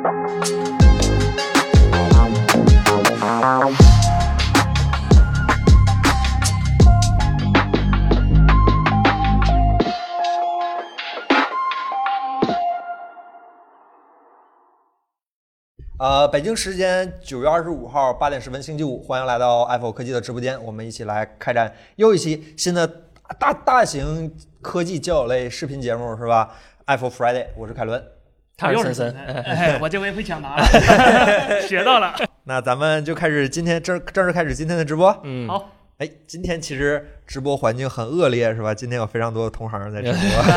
北京时间9月25号8点10分，星期五，欢迎来到 Apple 科技的直播间，我们一起来开展又一期新的大型科技交友类视频节目，是吧 ？Apple Friday， 我是凯伦， 他是森森，我这回被抢答了，学到了。 那咱们就开始今天正式开始今天的直播。 好。 今天其实直播环境很恶劣，是吧？今天有非常多的同行在直播。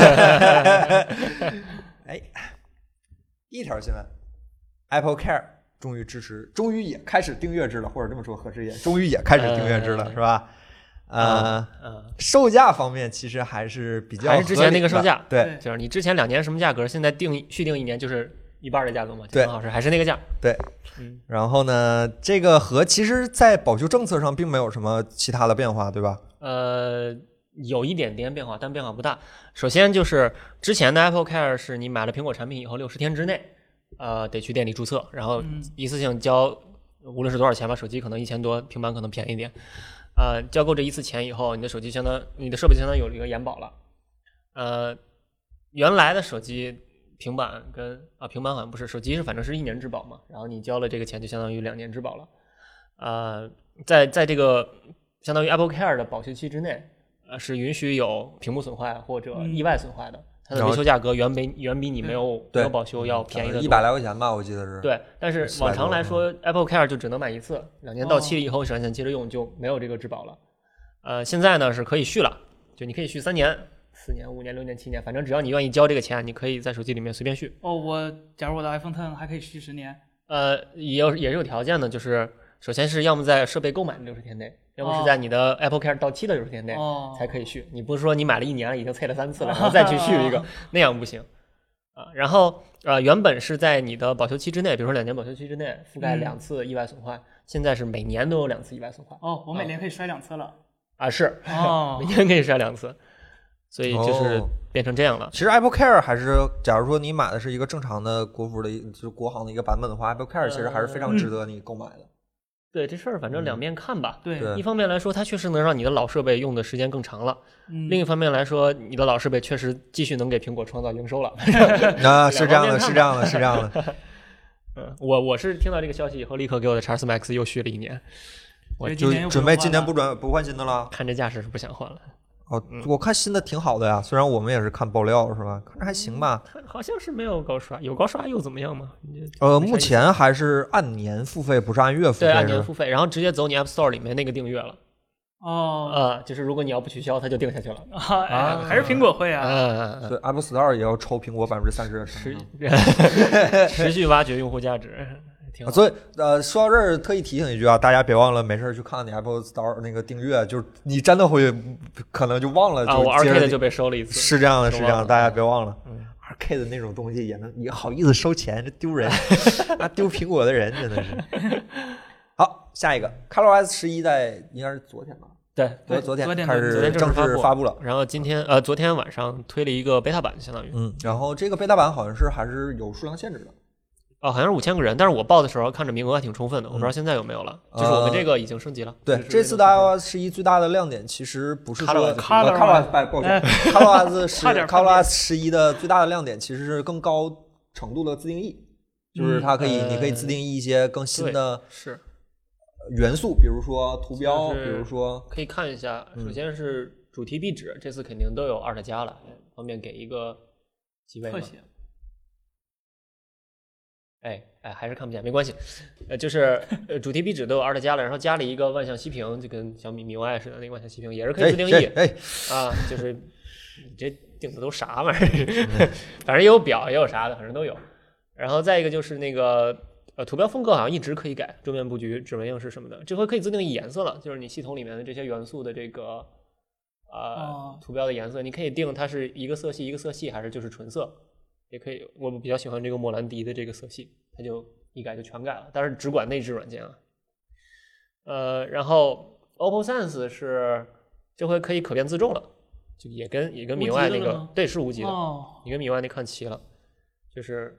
第一条新闻。Apple Care 终于也开始订阅制了，或者这么说合适一点，终于也开始订阅制了，是吧？售价方面其实还是比较还是之前那个售价， 对， 就是你之前2年什么价格，现在续订1年就是一半的价格嘛，对，还是那个价， 对。然后呢，这个和其实在保修政策上并没有什么其他的变化，对吧？ 有一点点变化，但变化不大。首先就是之前的 Apple Care 是你买了苹果产品以后60天之内。得去店里注册，然后一次性交，无论是多少钱吧，手机可能1000多，平板可能便宜一点。交够这一次钱以后，你的设备相当于有一个延保了。原来的手机、平板跟平板好像不是，手机是反正是1年质保嘛，然后你交了这个钱就相当于2年质保了。在这个相当于 Apple Care 的保修期之内，是允许有屏幕损坏或者意外损坏的。它的维修价格远比你没有保修要便宜的多 ，100来块钱吧，我记得是。 对，但是往常来说，Apple Care 就只能买一次，2年到期了以后，闪现接着用就没有这个质保了。现在呢是可以续了，就你可以续3年、4年、5年、6年、7年，反正只要你愿意交这个钱，你可以在手机里面随便续。 假如我的 iPhone X 还可以续10年？ 也是有条件的，就是首先是要么在设备购买的60天内。要么是在你的 Apple Care 到期的60天内才可以续，你不是说你买了1年了已经催了3次了，然后再去续一个，那样不行然后原本是在你的保修期之内，比如说2年保修期之内覆盖2次意外损坏，现在是每年都有2次意外损坏。 我每年可以摔2次了是每年可以摔2次，所以就是变成这样了。 其实 Apple Care 还是，假如说你买的是一个正常的国服的，就是国行的一个版本的话，Apple Care 其实还是非常值得你购买的。 对这事儿，反正两面看吧。 对， 一方面来说，它确实能让你的老设备用的时间更长了；另一方面来说，你的老设备确实继续能给苹果创造营收了。 是这样的。 我是听到这个消息以后，立刻给我的 X Max 又续了1年。 我就准备今年不换新的了。 看这架势是不想换了。 我看新的挺好的呀，虽然我们也是看爆料是吧？看着还行吧。 好像是没有高刷，有高刷又怎么样吗？ 目前还是按年付费，不是按月付费。 对，按年付费，然后直接走你 App Store 里面那个订阅了。就是如果你要不取消，它就定下去了。 还是苹果会啊。 对 ，App Store 也要抽苹果30%的成本，持续挖掘用户价值。 所以说到这儿，特意提醒一句啊，大家别忘了没事去看你 Apple Store 那个订阅，就是你真的会可能就忘了我 Arcade 就被收了一次。 是这样的，大家别忘了。Arcade 那种东西也好意思收钱，这丢人，丢苹果的人真的是。好，下一个 ColorOS 11应该是昨天吧？ 对， 昨天开始正式发布了。 然后昨天晚上推了一个 beta 版，相当于。 然后这个 beta 版好像还是有数量限制的。 好像是5000个人，但是我报的时候看着名额还挺充分的，我不知道现在有没有了。就是我们这个已经升级了。 对，这次的 iOS 11最大的亮点其实不是说 ColorOS 11的最大的亮点其实是更高程度的自定义，就是它你可以自定义一些更新的元素，比如说图标，比如说可以看一下。首先是主题壁纸，这次肯定都有Alt+了，方便给一个机位特写。还是看不见，没关系。就是主题壁纸都有Alt+了，然后加了一个万向息屏，就跟小米MIUI似的那个万向息屏，也是可以自定义。就是你这定的都啥玩意儿？反正也有表，也有啥的，反正都有。然后再一个就是那个图标风格好像一直可以改，桌面布局、指纹样式什么的，这回可以自定义颜色了，就是你系统里面的这些元素的这个图标的颜色，你可以定它是一个色系，还是就是纯色。也可以，我比较喜欢这个莫兰迪的这个色系，它就一改就全改了，但是只管内置软件然后 OPPO Sense 是这回可以可变自重了，就也跟MIUI那个对是无极的，你跟MIUI 那看齐了，就是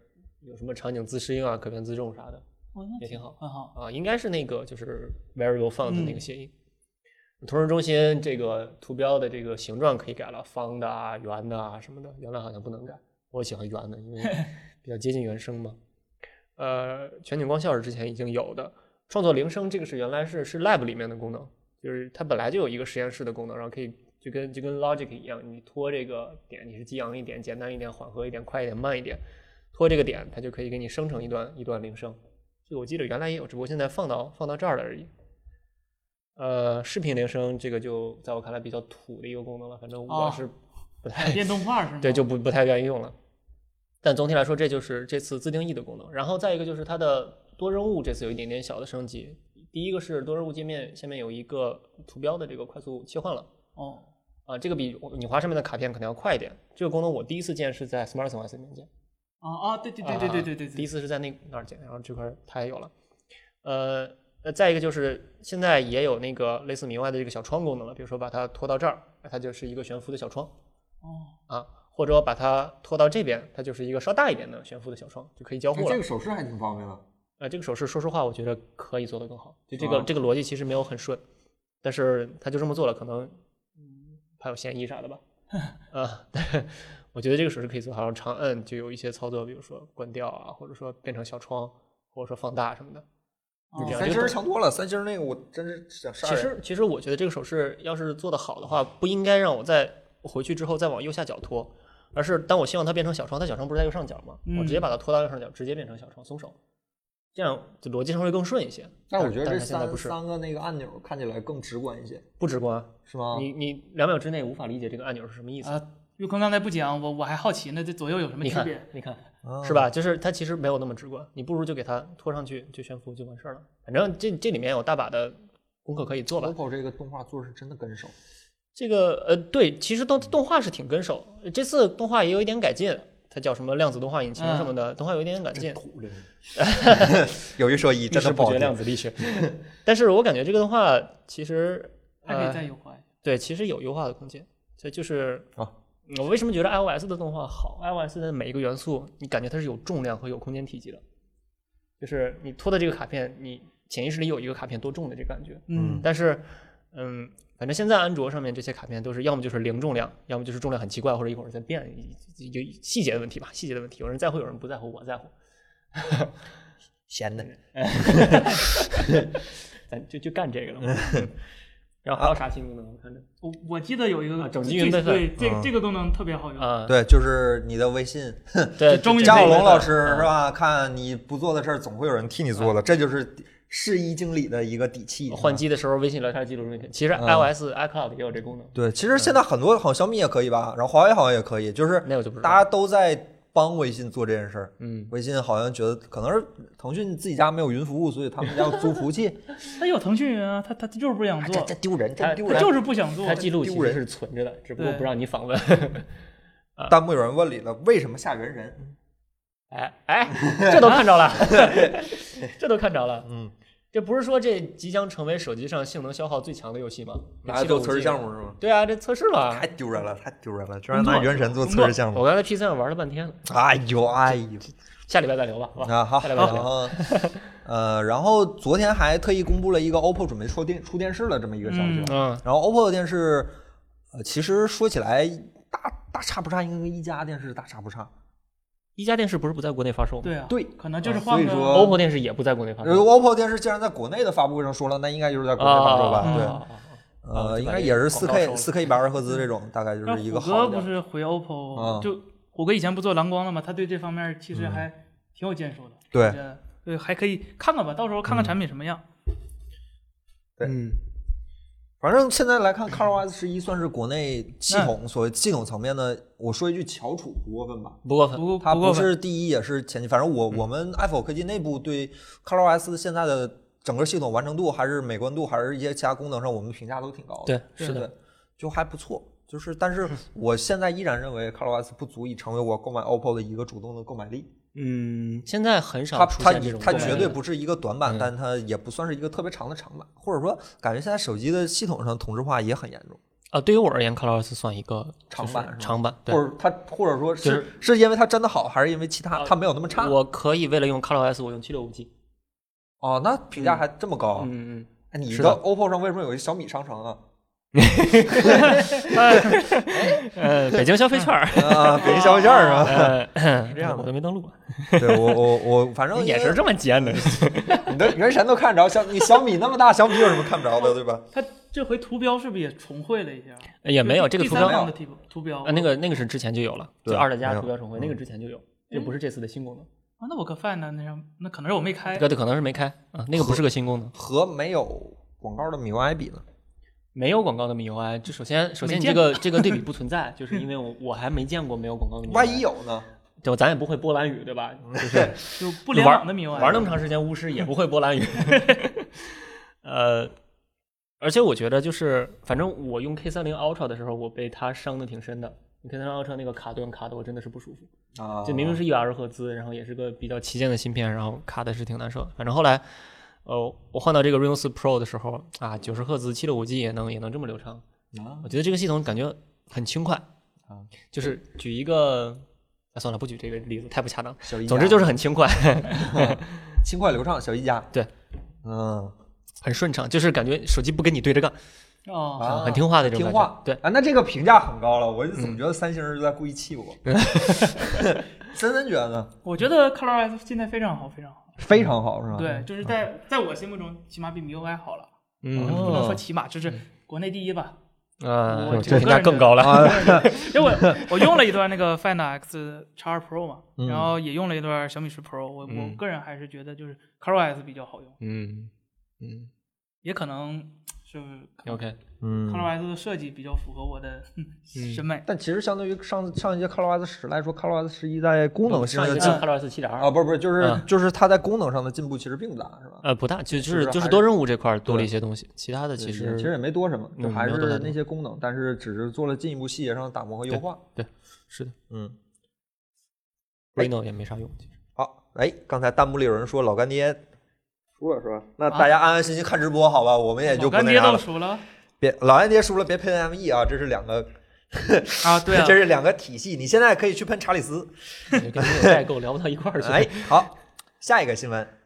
有什么场景自适应啊、可变自重啥的，也挺好， 很好啊，应该是那个就是 variable font 的那个协议。同时中心这个图标的这个形状可以改了，方的啊、圆的啊什么的，原来好像不能改。我喜欢圆的，因为比较接近原生嘛。全景光效是之前已经有的，创作铃声这个是原来是 lab 里面的功能，就是它本来就有一个实验室的功能，然后可以就跟 Logic 一样，你拖这个点，你是激昂一点、简单一点、缓和一点、快一点、慢一点，拖这个点，它就可以给你生成一段铃声。这个我记得原来也有，只不过现在放到这儿了而已。视频铃声这个就在我看来比较土的一个功能了，反正我是不太变动画是吗？ 对，就不太愿意用了。但总体来说，这就是这次自定义的功能。然后再一个就是它的多任务这次有一点点小的升级。第一个是多任务界面下面有一个图标的这个快速切换了。这个比你滑上面的卡片可能要快一点。这个功能我第一次见是在 SmartOS 里面见。 对， 第一次是在那儿见，然后这块它也有了。再一个就是现在也有那个类似MIUI的这个小窗功能了，比如说把它拖到这儿，它就是一个悬浮的小窗。或者把它拖到这边，它就是一个稍大一点的悬浮的小窗，就可以交互了。 这个手势还挺方便的。 这个手势说实话，我觉得可以做得更好。就这个逻辑其实没有很顺，但是他就这么做了，可能还有嫌疑啥的吧。我觉得这个手势可以做好，然后长摁就有一些操作，比如说关掉啊，或者说变成小窗，或者说放大什么的。 三星强多了，三星那个我真是想杀人。 其实我觉得这个手势要是做得好的话，不应该让我在回去之后再往右下角拖。而是当我希望它变成小窗，它小窗不是在右上角吗？我直接把它拖到右上角，直接变成小窗，松手，这样就逻辑上会更顺一些。 但我觉得这三个那个按钮看起来更直观一些。 不直观是吗？ 你2秒之内无法理解这个按钮是什么意思啊？玉坤刚才不讲，我还好奇呢，这左右有什么区别？ 你看，是吧？就是它其实没有那么直观，你不如就给它拖上去就悬浮就完事儿了。反正这里面有大把的功课可以做吧。 OPPO 这个动画做是真的跟手。 这个对，其实动画是挺跟手，这次动画也有一点改进，它叫什么量子动画引擎什么的，动画有一点改进。 有一说一，真的不学量子力学。但是我感觉这个动画其实还可以再优化一下。 对，其实有优化的空间。这就是我为什么觉得 iOS 的动画好 ，iOS 的每一个元素，你感觉它是有重量和有空间体积的，就是你拖的这个卡片，你潜意识里有一个卡片多重的这个感觉。但是反正现在安卓上面这些卡片都是要么就是零重量，要么就是重量很奇怪，或者一会儿再变，就细节的问题吧，细节的问题，有人在乎，有人不在乎，我在乎。 闲的， 咱就干这个了。然后还有啥新功能？我看着， 我记得有一个整机云备份， 对，这个功能特别好用。 对，就是你的微信， 对， 终于张小龙老师是吧？看你不做的事儿，总会有人替你做的，这就是事宜经理的一个底气。 换机的时候，微信聊天记录中间，其实 iOS iCloud 也有这功能。 对，其实现在很多好像小米也可以吧，然后华为好像也可以，就是大家都在帮微信做这件事儿。微信好像觉得可能是腾讯自己家没有云服务，所以他们要租服务器。 他有腾讯云啊，他就是不想做。 这丢人，他就是不想做。 他记录其实是存着的，只不过不让你访问。 弹幕有人问里了，为什么下人人？ 哎，这都看着了，这都看着了。这不是说这即将成为手机上性能消耗最强的游戏吗？ 拿做测试项目是吗？ 对啊，这测试了， 太丢人了，太丢人了！居然拿原神做测试项目。 我刚才 PC 上玩了半天了。 哎呦， 下礼拜再聊吧，好吧？ 好， 下礼拜再聊。 然后昨天还特意公布了一个 OPPO 准备出电视了这么一个消息。然后 OPPO 的电视，其实说起来大差不差，应该跟一加电视大差不差。 一加电视不是不在国内发售吗？ 对啊， 对， 可能就是换个。 所以说 OPPO 电视也不在国内发售。 OPPO 电视既然在国内的发布会上说了，那应该就是在国内发售吧？对，应该也是4K 120赫兹这种，大概就是一个好的。 虎哥不是回 OPPO，就虎哥以前不做蓝光的嘛，他对这方面其实还挺有建树的。对，还可以看看吧，到时候看看产品什么样。 对，反正现在来看 ColorOS 11算是国内系统所谓系统层面的，我说一句翘楚不过分吧？ 不过分， 它不是第一也是前期，反正我们 iPhone 科技内部对 ColorOS 现在的整个系统完成度还是美观度还是一些其他功能上，我们评价都挺高的。 对，是的， 就还不错。但是我现在依然认为 ColorOS 不足以成为我购买 OPPO 的一个主动的购买力。 现在很少出现这种。 它绝对不是一个短板，但它也不算是一个特别长的长板，或者说感觉现在手机的系统上同质化也很严重。 对于我而言 ColorOS 算一个长板， 长板，对， 或者说是因为它真的好，还是因为其他它没有那么差？ 我可以为了用 ColorOS 我用 765G。 哦，那评价还这么高？你的 OPPO 上为什么有一小米商城呢？ 北京消费券啊，北京消费券是吧？ 是这样的，我都没登录。 对我反正眼神这么尖的， 你的人神都看着，你小米那么大，小米有什么看不着的，对吧？ 它这回图标是不是也重绘了一下？ 也没有这个图标的图标， 那个是之前就有了，就2加图标重绘，那个之前就有，这不是这次的新功能。 那我可 Find 那可能是我没开， 对，可能是没开啊，那个不是个新功能。 和没有广告的MIUI比呢？ 没有广告的MIUI，就首先你这个对比不存在，就是因为我还没见过没有广告的MIUI。 万一有呢？ 就咱也不会波兰语，对吧？ 就不联网的MIUI， 玩那么长时间巫师也不会波兰语。而且我觉得就是反正我用 K30 Ultra 的时候，我被它伤的挺深的。K30 Ultra 那个卡顿卡的我真的是不舒服啊！就明明是120赫兹，然后也是个比较旗舰的芯片，然后卡的是挺难受的。反正后来我换到这个 Reno 4 Pro 的时候啊，90赫兹 765G 也能这么流畅我觉得这个系统感觉很轻快就是举一个算了，不举这个例子太不恰当。总之就是很轻快轻快流畅，小一加。 对，很顺畅，就是感觉手机不跟你对着干很听话的这种感觉。听话， 对啊，那这个评价很高了。我总觉得三星人就在故意气我。森森觉得呢？ 我觉得 ColorOS 现在非常好，非常好。 非常好是吧？ 对，就是在我心目中，起码比MIUI 好了。不能说起码，就是国内第一吧。 这评价更高了。 因为我用了一段那个 Find X X2 Pro 嘛，然后也用了一段小米10 Pro。我个人还是觉得就是 ColorOS 比较好用。也可能是 OK。 ColorOS 的设计比较符合我的审美， 但其实相对于上一届 ColorOS 10来说，ColorOS 11在功能上的 ColorOS 7.2 啊，不是，就是它在功能上的进步其实并不大，是吧？ 不大，就是多任务这块多了一些东西，其他的其实也没多什么，就还是那些功能，但是只是做了进一步细节上的打磨和优化。 对，是的，Reno 也没啥用。 好，刚才弹幕里有人说老干爹输了是吧？那大家安安心心看直播好吧，我们也就不那啥了。 老干爹都输了。 别老干爹输了，别喷 ME 啊！这是两个对啊， 这是两个体系。你现在可以去喷查理斯， 跟你有代购聊不到一块儿去。 好，下一个新闻，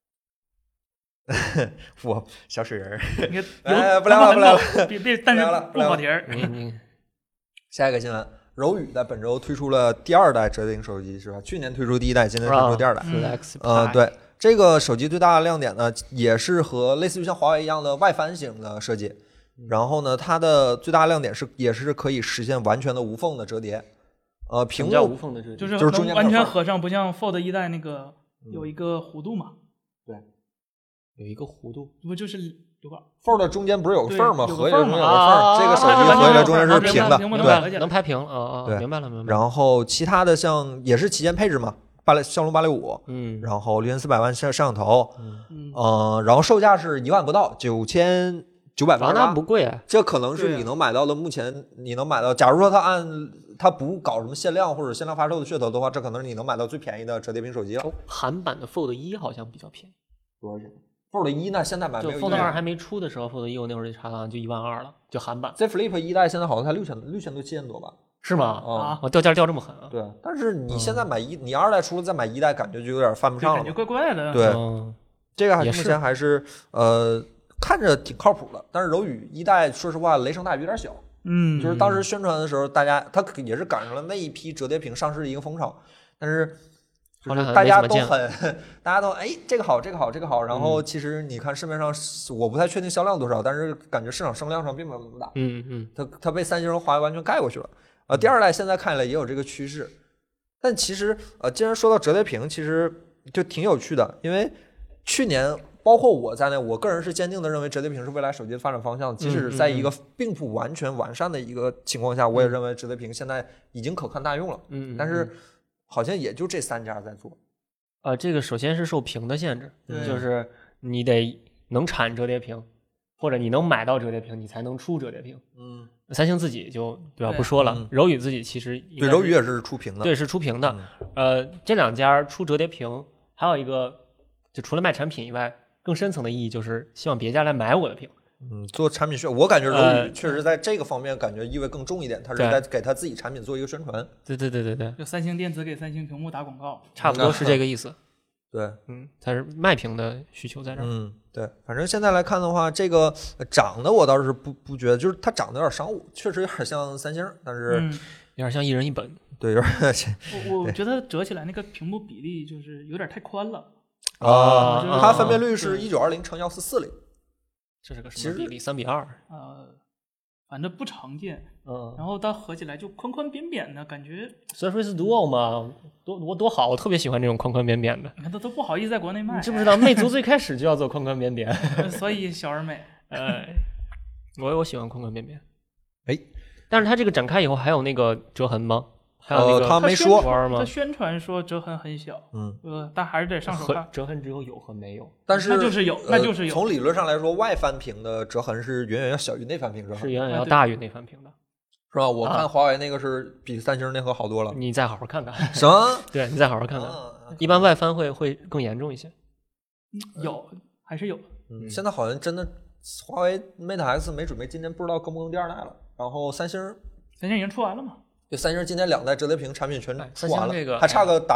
我小水人不聊了， 但是不跑题儿。 下一个新闻，柔宇在本周推出了第2代折叠屏手机，是吧？去年推出第1代，今年推出第2代。对，这个手机最大的亮点呢，也是和类似于像华为一样的外翻型的设计。然后呢，它的最大亮点也是可以实现完全的无缝的折叠，屏幕无缝的折叠， 就是中间完全合上，不像 Fold 1代那个有一个弧度嘛？ 对， 有一个弧度， 不就是有个 Fold 中间不是有个缝吗？合起来中间有个缝，这个手机合起来中间是平的， 对，能拍平对， 明白了。 然后其他的像也是旗舰配置嘛，骁龙865，然后6400万摄像头，然后售价是1万不到，9988， 那不贵啊。 这可能是你能买到的，目前你能买到。假如说它不搞什么限量或者限量发售的噱头的话，这可能是你能买到最便宜的折叠屏手机了。 韩版的 Fold 1好像比较便宜， 多少钱 ？Fold 1呢？现在买没有。 Fold 2还没出的时候，Fold 1我那会儿就查了，就1万2了，就韩版。 Z Flip 1代现在好像才6000多7000多吧？ 是吗？我掉价掉这么狠啊？ 对，但是你现在买你2代出了再买1代，感觉就有点犯不上了， 感觉怪怪的。 对，这个目前还是看着挺靠谱的，但是柔宇1代说实话雷声大雨有点小，就是当时宣传的时候，它也是赶上了那一批折叠屏上市的一个风潮，但是就是大家都这个好，然后其实你看市面上我不太确定销量多少，但是感觉市场声量上并没有那么大，它被三星和华为完全盖过去了。第2代现在看来也有这个趋势，但其实既然说到折叠屏，其实就挺有趣的，因为去年包括我在内，我个人是坚定的认为折叠屏是未来手机的发展方向。即使在一个并不完全完善的一个情况下，我也认为折叠屏现在已经可看大用了。但是好像也就这3家在做。 这个首先是受屏的限制，就是你得能产折叠屏，或者你能买到折叠屏，你才能出折叠屏。三星自己就对吧？不说了，柔宇自己其实对柔宇也是出屏的， 对，是出屏的。这2家出折叠屏，还有一个就除了卖产品以外。更深层的意义就是希望别家来买我的屏， 做产品宣，我感觉柔宇确实在这个方面感觉意味更重一点，他是在给他自己产品做一个宣传。 对， 就三星电子给三星屏幕打广告， 差不多是这个意思。 对， 它是卖屏的需求在这儿。 对，反正现在来看的话，这个长得我倒是不觉得，就是它长得有点商务，确实有点像三星，但是有点像一人一本。 对，有点我觉得折起来那个屏幕比例就是有点太宽了啊。它分辨率是1920×1440， 这是个什么比例？3:2。 反正不常见。然后它合起来就宽宽扁扁的感觉。 Surface Duo 嘛，多好，我特别喜欢这种宽宽扁扁的。 你看它都不好意思在国内卖。 你知不知道魅族最开始就要做宽宽扁扁？ 所以小而美。 我喜欢宽宽扁扁。但是它这个展开以后还有那个折痕吗？还有那个他没说他宣传说折痕很小，但还是得上手看。 折痕只有和没有， 但是那就是有，那就是有。 从理论上来说，外翻屏的折痕是远远要小于内翻屏折痕， 是远远要大于内翻屏的， 是吧？我看华为那个是比三星那个好多了。 你再好好看看。 什么？ 对，你再好好看看。一般外翻会更严重一些。 有还是有。 现在好像真的华为 Mate X 没准备今年不知道更不更第2代了，然后三星已经出完了嘛？ 就三星今年2代折叠屏产品全出完了， 这个还差个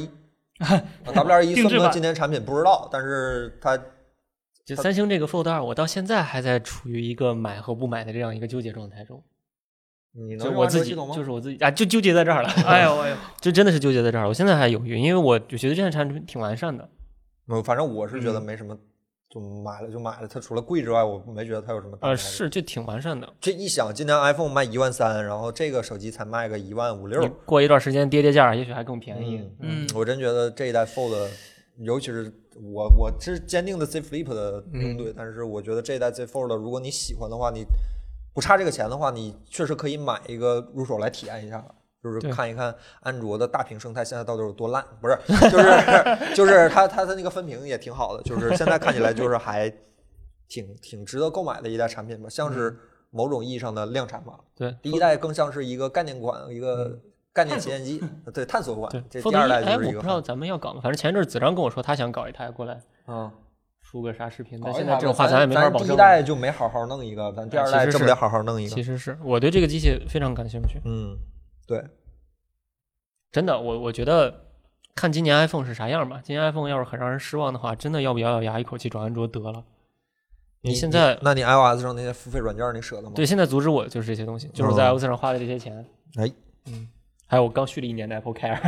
W21。W21 算不算今年产品不知道，但是它就三星这个 Fold 2，我到现在还在处于一个买和不买的这样一个纠结状态中。 你能用安卓系统吗？ 就是我自己啊，就纠结在这儿了。 哎呦， 就真的是纠结在这儿了。我现在还犹豫，因为我觉得这款产品挺完善的。 反正我是觉得没什么。就买了，它除了贵之外，我没觉得它有什么大。 是，就挺完善的。 这一想，今年 iPhone 卖13000，然后这个手机才卖个15600， 过一段时间跌价，也许还更便宜。 我真觉得这一代 Fold， 尤其是我是坚定的 Z Flip 的应对，但是我觉得这一代 Z Fold， 如果你喜欢的话，你不差这个钱的话，你确实可以买一个入手来体验一下。就是看一看安卓的大屏生态现在到底有多烂，不是，就是它那个分屏也挺好的，就是现在看起来就是还挺值得购买的一代产品吧，像是某种意义上的量产版。 对， 第一代更像是一个概念款，一个概念体验机，对，探索款。这第2代就是一个。 我不知道咱们要搞吗？反正前阵子子章跟我说他想搞一台过来出个啥视频，但现在这种话咱也没法保证。 第1代就没好好弄一个，咱第2代这不得好好弄一个。 其实是我对这个机器非常感兴趣。 对。 真的，我觉得看今年 iPhone 是啥样吧。今年 iPhone 要是很让人失望的话，真的要不咬牙一口气转安卓得了。你现在， 那你 iOS 上那些付费软件你舍得吗？ 对，现在阻止我的就是这些东西，就是在 iOS 上花的这些钱。还有我刚续了1年的 Apple Care。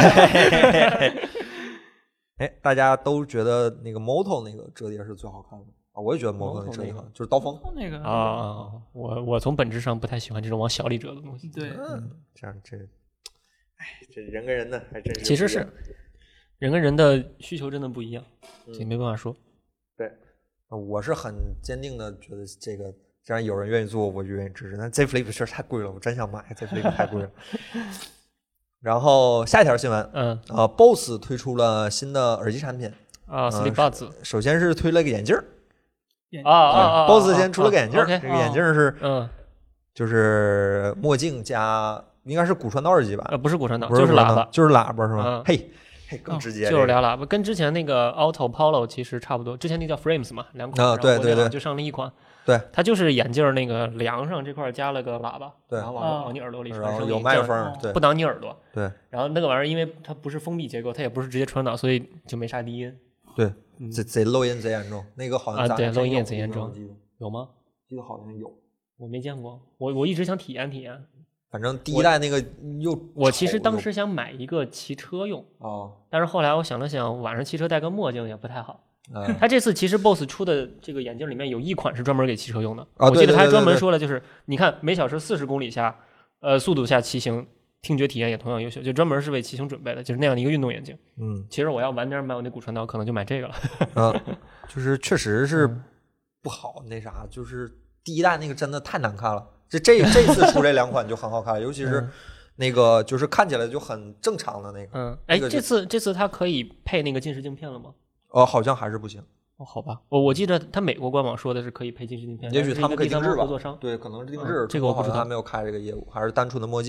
大家都觉得那个 Moto 那个折叠是最好看的啊，我也觉得 Moto 那折叠就是刀锋那个我从本质上不太喜欢这种往小里折的东西。 对， 这样这人跟人的还真是， 其实是人跟人的需求真的不一样，这没办法说。 对，我是很坚定的觉得这个，既然有人愿意做，我就愿意支持。但 Z Flip 确实太贵了，我真想买 Z Flip 太贵了。然后下一条新闻，BOSS 推出了新的耳机产品 ，Sleepbuds。 首先是推了个眼镜 ，BOSS 先出了个眼镜，这个眼镜是就是墨镜加。应该是骨传导耳机吧？ 不是骨传导，就是喇叭， 就是喇叭是吧？嘿，更直接， 就是俩喇叭，跟之前那个 Auto Polo 其实差不多。之前那叫 Frames 嘛，2款， 对， 就上了1款。 对， 它就是眼镜那个梁上这块加了个喇叭， 对， 然后往你耳朵里传声音， 有麦克风，对， 不挡你耳朵。 对， 然后那个玩意儿，因为它不是封闭结构，它也不是直接传导，所以就没啥低音。 对，贼漏音贼严重，那个好像对，漏音也贼严重。有吗？ 记得好像有， 我没见过，我一直想体验体验。 反正第1代那个我其实当时想买一个骑车用但是后来我想了想，晚上骑车戴个墨镜也不太好。它这次其实 BOSS 出的这个眼镜里面有1款是专门给骑车用的。我记得他还专门说了，就是你看每小时40公里下，速度下骑行，听觉体验也同样优秀，就专门是为骑行准备的，就是那样的一个运动眼镜。其实我要晚点买我那骨传导，可能就买这个了。 就是确实是不好，那啥，就是第1代那个真的太难看了。这次出这2款就很好看，尤其是那个就是看起来就很正常的那个。 这次它可以配那个近视镜片了吗？ 好像还是不行。 好吧，我记得它美国官网说的是可以配近视镜片， 也许他们可以定制吧。 合作商对，可能是定制。 这个我不知道， 他没有开这个业务，还是单纯的墨镜。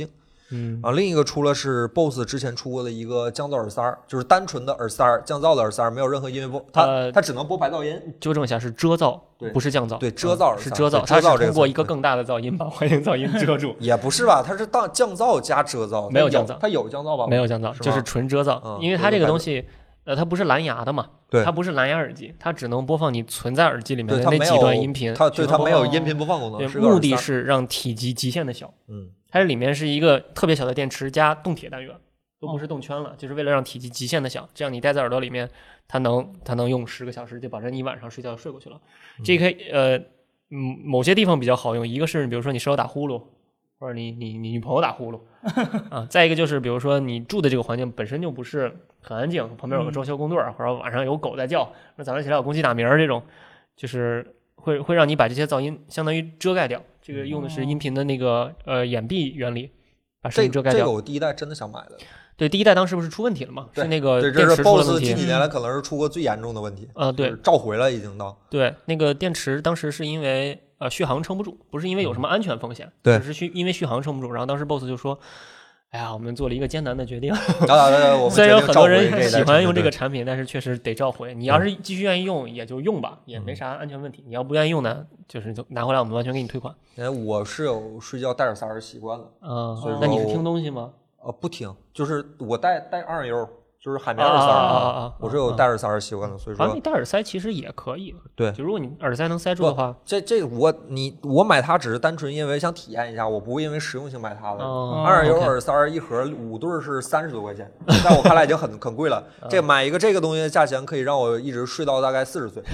另一个出了是 BOSS 之前出过的一个降噪耳塞，就是单纯的耳塞，降噪的耳塞，没有任何音乐播，它只能播白噪音。 纠正一下，是遮噪，不是降噪。 对，遮噪耳塞是遮噪，它是通过一个更大的噪音把环境噪音遮住。 也不是吧？它是降噪加遮噪， 没有降噪， 它有降噪吧？ 没有降噪，就是纯遮噪，因为它这个东西。它不是蓝牙的嘛？ 对， 它不是蓝牙耳机，它只能播放你存在耳机里面的那几段音频。 它没有音频播放功能。 目的是让体积极限的小。它这里面是一个特别小的电池加动铁单元，都不是动圈了，就是为了让体积极限的小，这样你戴在耳朵里面，它能用10个小时就保证你晚上睡觉睡过去了。这个某些地方比较好用，一个是比如说你室友打呼噜。或者你女朋友打呼噜啊，再一个就是比如说你住的这个环境本身就不是很安静，旁边有个装修工队或者晚上有狗在叫，那早上起来有公鸡打鸣这种，就是会让你把这些噪音相当于遮盖掉。这个用的是音频的那个掩蔽原理，把声音遮盖掉。 这个我第一代真的想买的。 对，第一代当时不是出问题了吗？是那个电池出了问题。 近几年来可能是出过最严重的问题。 对， 召回了已经到。 对，那个电池当时是因为续航撑不住，不是因为有什么安全风险， 对， 只是因为续航撑不住。然后当时 BOSS 就说：“哎呀，我们做了一个艰难的决定。虽然有很多人喜欢用这个产品，但是确实得召回。你要是继续愿意用，也就用吧，也没啥安全问题。你要不愿意用呢，就拿回来，我们完全给你退款。” 我是有睡觉戴耳塞的习惯的， 所以那你是听东西吗？ 不听，就是我戴2.1，就是海绵耳塞我是有戴耳塞的习惯的，所以说你戴耳塞其实也可以。 对， 就如果你耳塞能塞住的话， 我买它只是单纯因为想体验一下，我不会因为实用性买它的。2.1耳塞一盒5对是30多块钱，在我看来已经很贵了。买一个这个东西的价钱可以让我一直睡到大概40岁。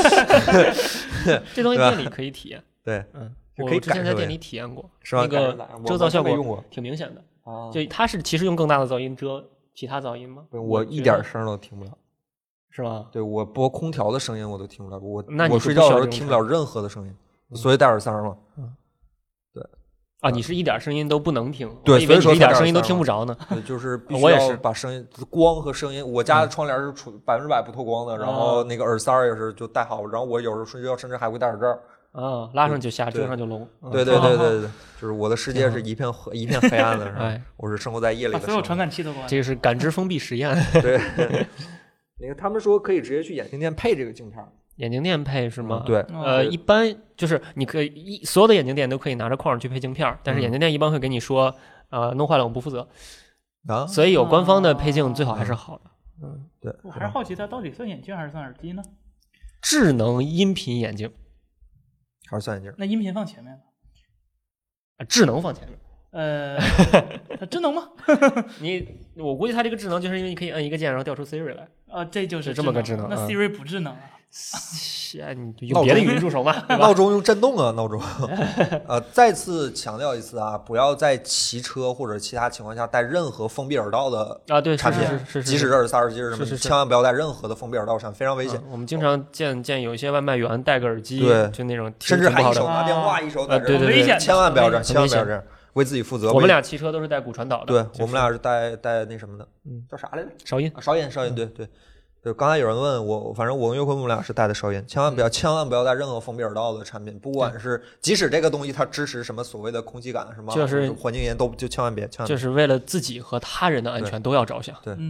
这东西店里可以体验。 对， 我之前在店里体验过， 是吧？ 那个遮噪效果挺明显的。就它是其实用更大的噪音遮其他噪音吗？ 我一点声都听不了， 是吗？ 对，我播空调的声音我都听不了， 我睡觉的时候听不了任何的声音，所以戴耳塞嘛。对你是一点声音都不能听， 对， 所以说一点声音都听不着呢。 对，就是必须要把声音、光和声音。我家的窗帘是100%不透光的，然后那个耳塞也是就戴好，然后我有时候睡觉甚至还会戴耳罩。 拉上就下，遮上就聋。 对，就是我的世界是一片黑暗的，是吧？我是生活在夜里的。 把所有传感器都关了。 这个是感知封闭实验。 对，那个他们说可以直接去眼镜店配这个镜片。 眼镜店配是吗？ 对， 一般就是你可以所有的眼镜店都可以拿着框去配镜片，但是眼镜店一般会给你说，弄坏了我们不负责。所以有官方的配镜最好还是好的。 对。 我还是好奇它到底算眼镜还是算耳机呢？ 智能音频眼镜。 还是算眼镜？ 那音频放前面智能放前面。 它智能吗？ 我估计它这个智能就是因为你可以摁一个键，然后调出 Siri 来。 这就是这么个智能。 那 Siri 不智能啊？ 你用别的语音助手嘛？ 闹钟用震动啊，闹钟。再次强调一次啊，不要在骑车或者其他情况下戴任何封闭耳道的产品，即使是耳塞、耳机是什么，千万不要戴任何的封闭耳道产品，非常危险。 我们经常见有一些外卖员戴个耳机，就那种甚至还一手拿电话，一手在这， 对， 危险， 千万不要这样，千万不要这样。为自己负责。 我们俩骑车都是带骨传导的。 对，我们俩是带那什么的，叫啥来着？ 韶音， 对。刚才有人问我，反正我跟岳坤我们俩是带的韶音，千万不要带任何封闭耳道的产品，不管是即使这个东西它支持什么所谓的空气感什么， 就是环境音都就千万别， 就是为了自己和他人的安全都要着想。 对。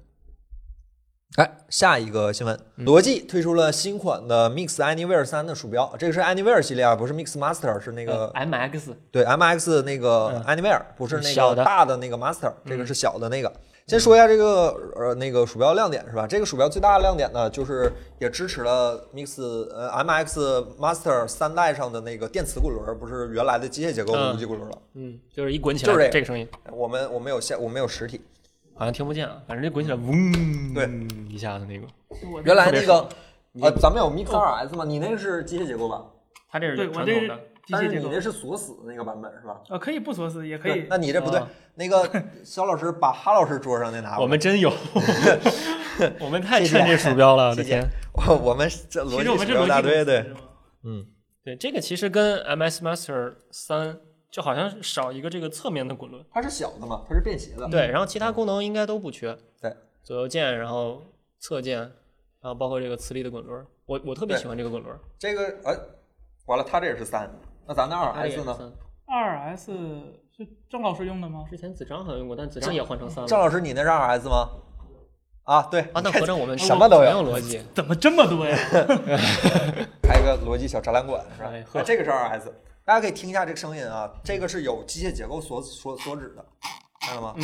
下一个新闻，罗技推出了新款的 Mix Anywhere 3的鼠标，这个是 Anywhere 系列啊，不是 Mix Master， 是那个 MX。 对 ，MX 那个 Anywhere，不是那个大的那个 Master， 这个是小的那个。先说一下这个那个鼠标亮点是吧？这个鼠标最大的亮点呢，就是也支持了 MX Master 3代上的那个电磁滚轮，不是原来的机械结构的无级滚轮了。 就是一滚起来这个声音。 我们有实体。 好像听不见啊，反正这滚起来，嗡， 对， 一下子那个。 原来那个咱们有 Mix 2S 吗？你那个是机械结构吧？ 它这是对，我这是机械结构。 你那是锁死的那个版本是吧？ 可以不锁死，也可以。 那你这不对，那个肖老师把哈老师桌上那拿过来。 我们真有，我们太趁这鼠标了，我的天！ 我们这逻辑鼠标大队对， 对，这个其实跟 MS Master 3。就好像少一个这个侧面的滚轮， 它是小的嘛，它是便携的。 对，然后其他功能应该都不缺。 对， 左右键，然后侧键，然后包括这个磁力的滚轮，我特别喜欢这个滚轮。 这个完了，它这也是3，那咱那2S 呢？ 2S 是郑老师用的吗？ 之前子章好像用过，但子章也换成3了。 郑老师，你那是 2S 吗？啊，对啊，那合着我们什么都有逻辑， 怎么这么多呀？ 开个逻辑小展览馆是吧？ 哎这个是 2S， 大家可以听一下这个声音啊，这个是有机械结构所指的，看到吗？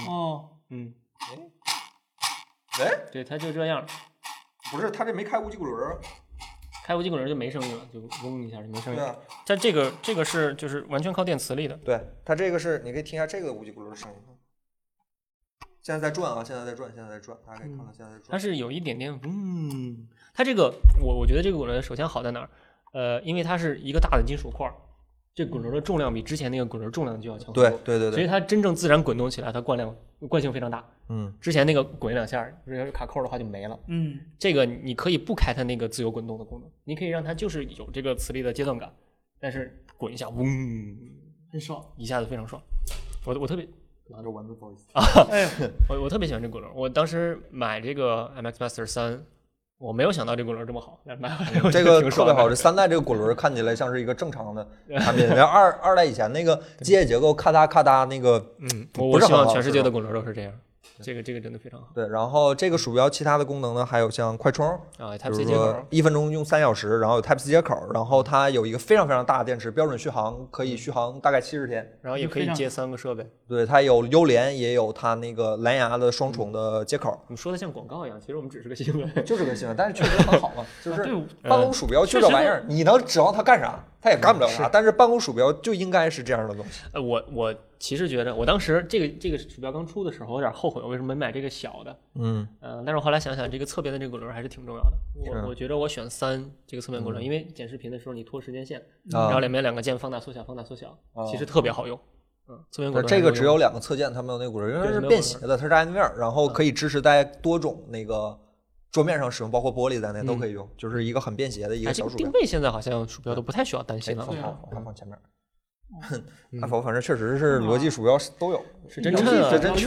哎， 对，它就这样。 不是，它这没开无极滚轮， 开无极滚轮就没声音了，就嗡一下就没声音。 对啊， 但这个是就是完全靠电磁力的。 对，它这个是你可以听一下这个无极滚轮的声音。现在在转啊，现在在转，大家可以看到现在在转。 它是有一点点它这个我觉得这个滚轮首先好在哪儿？因为它是一个大的金属块，这滚轮的重量比之前那个滚轮重量就要强。 对， 所以它真正自然滚动起来，它惯性非常大。之前那个滚2下，如果卡扣的话就没了。这个你可以不开它那个自由滚动的功能，你可以让它就是有这个磁力的阶段感，但是滚一下，嗡， 很爽， 一下子非常爽。我特别。 拿着丸子不好意思啊！我特别喜欢这滚轮。我当时买这个 MX Master 3，我没有想到这滚轮这么好。 这个特别好，这3代这个滚轮看起来像是一个正常的产品。然后二代以前那个机械结构咔嗒那个， 我希望全世界的滚轮都是这样。这个真的非常好。 对，然后这个鼠标其他的功能呢，还有像快充啊，Type C 接口 ，1分钟用3小时，然后有 Type C 接口，然后它有一个非常大的电池，标准续航可以续航大概70天， 然后也可以接3个设备。 对，它有优联，也有它那个蓝牙的双重的接口。 你说的像广告一样，其实我们只是个新闻， 就是个新闻，但是确实很好嘛，就是办公鼠标就这玩意儿，你能指望它干啥？它也干不了啥，但是办公鼠标就应该是这样的东西。 我其实觉得，我当时这个鼠标刚出的时候，我有点后悔，我为什么没买这个小的？但是我后来想想，这个侧边的这个滚轮还是挺重要的。我觉得我选3这个侧边滚轮，因为剪视频的时候你拖时间线，然后里面2个键放大缩小，其实特别好用。侧边滚轮这个只有2个侧键，它没有那个滚轮，因为它是便携的，它是 Anywhere， 然后可以支持在多种那个桌面上使用，包括玻璃在内都可以用，就是一个很便携的一个小鼠标。 定位现在好像鼠标都不太需要担心了。 放前面。Apple 反正确实是逻辑鼠标都有， 是真全。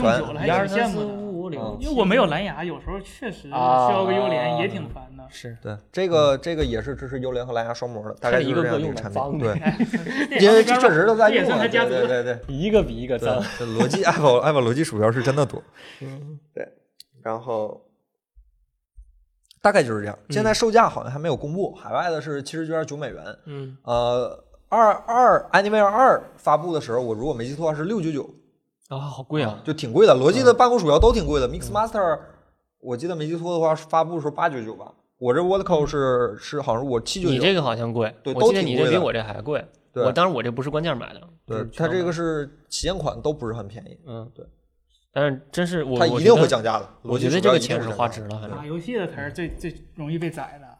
1、2、3、4、5、5、6，因为我没有蓝牙，有时候确实需要个优联，也挺烦的。 是对，这个也是支持优联和蓝牙双模的，大概就是这样一个产品。对， 因为确实都在用了。对， 一个比一个脏。 逻辑 Apple 逻辑鼠标是真的多。对，然后大概就是这样。现在售价好像还没有公布，海外的是$79。Anywhere 2发布的时候，我如果没记错是699 啊，好贵啊， 就挺贵的。逻辑的办公鼠标都挺贵的，Mix Master 我记得没记错的话，发布的时候899吧。我这 Wattco 是好像我799。 你这个好像贵， 对， 我记得你这比我这还贵。 对， 当然我这不是官价买的。 对，它这个是旗舰款，都不是很便宜。 对。但是真是它一定会降价的。 我觉得这个钱是花值了，反正。 打游戏的才是最容易被宰的。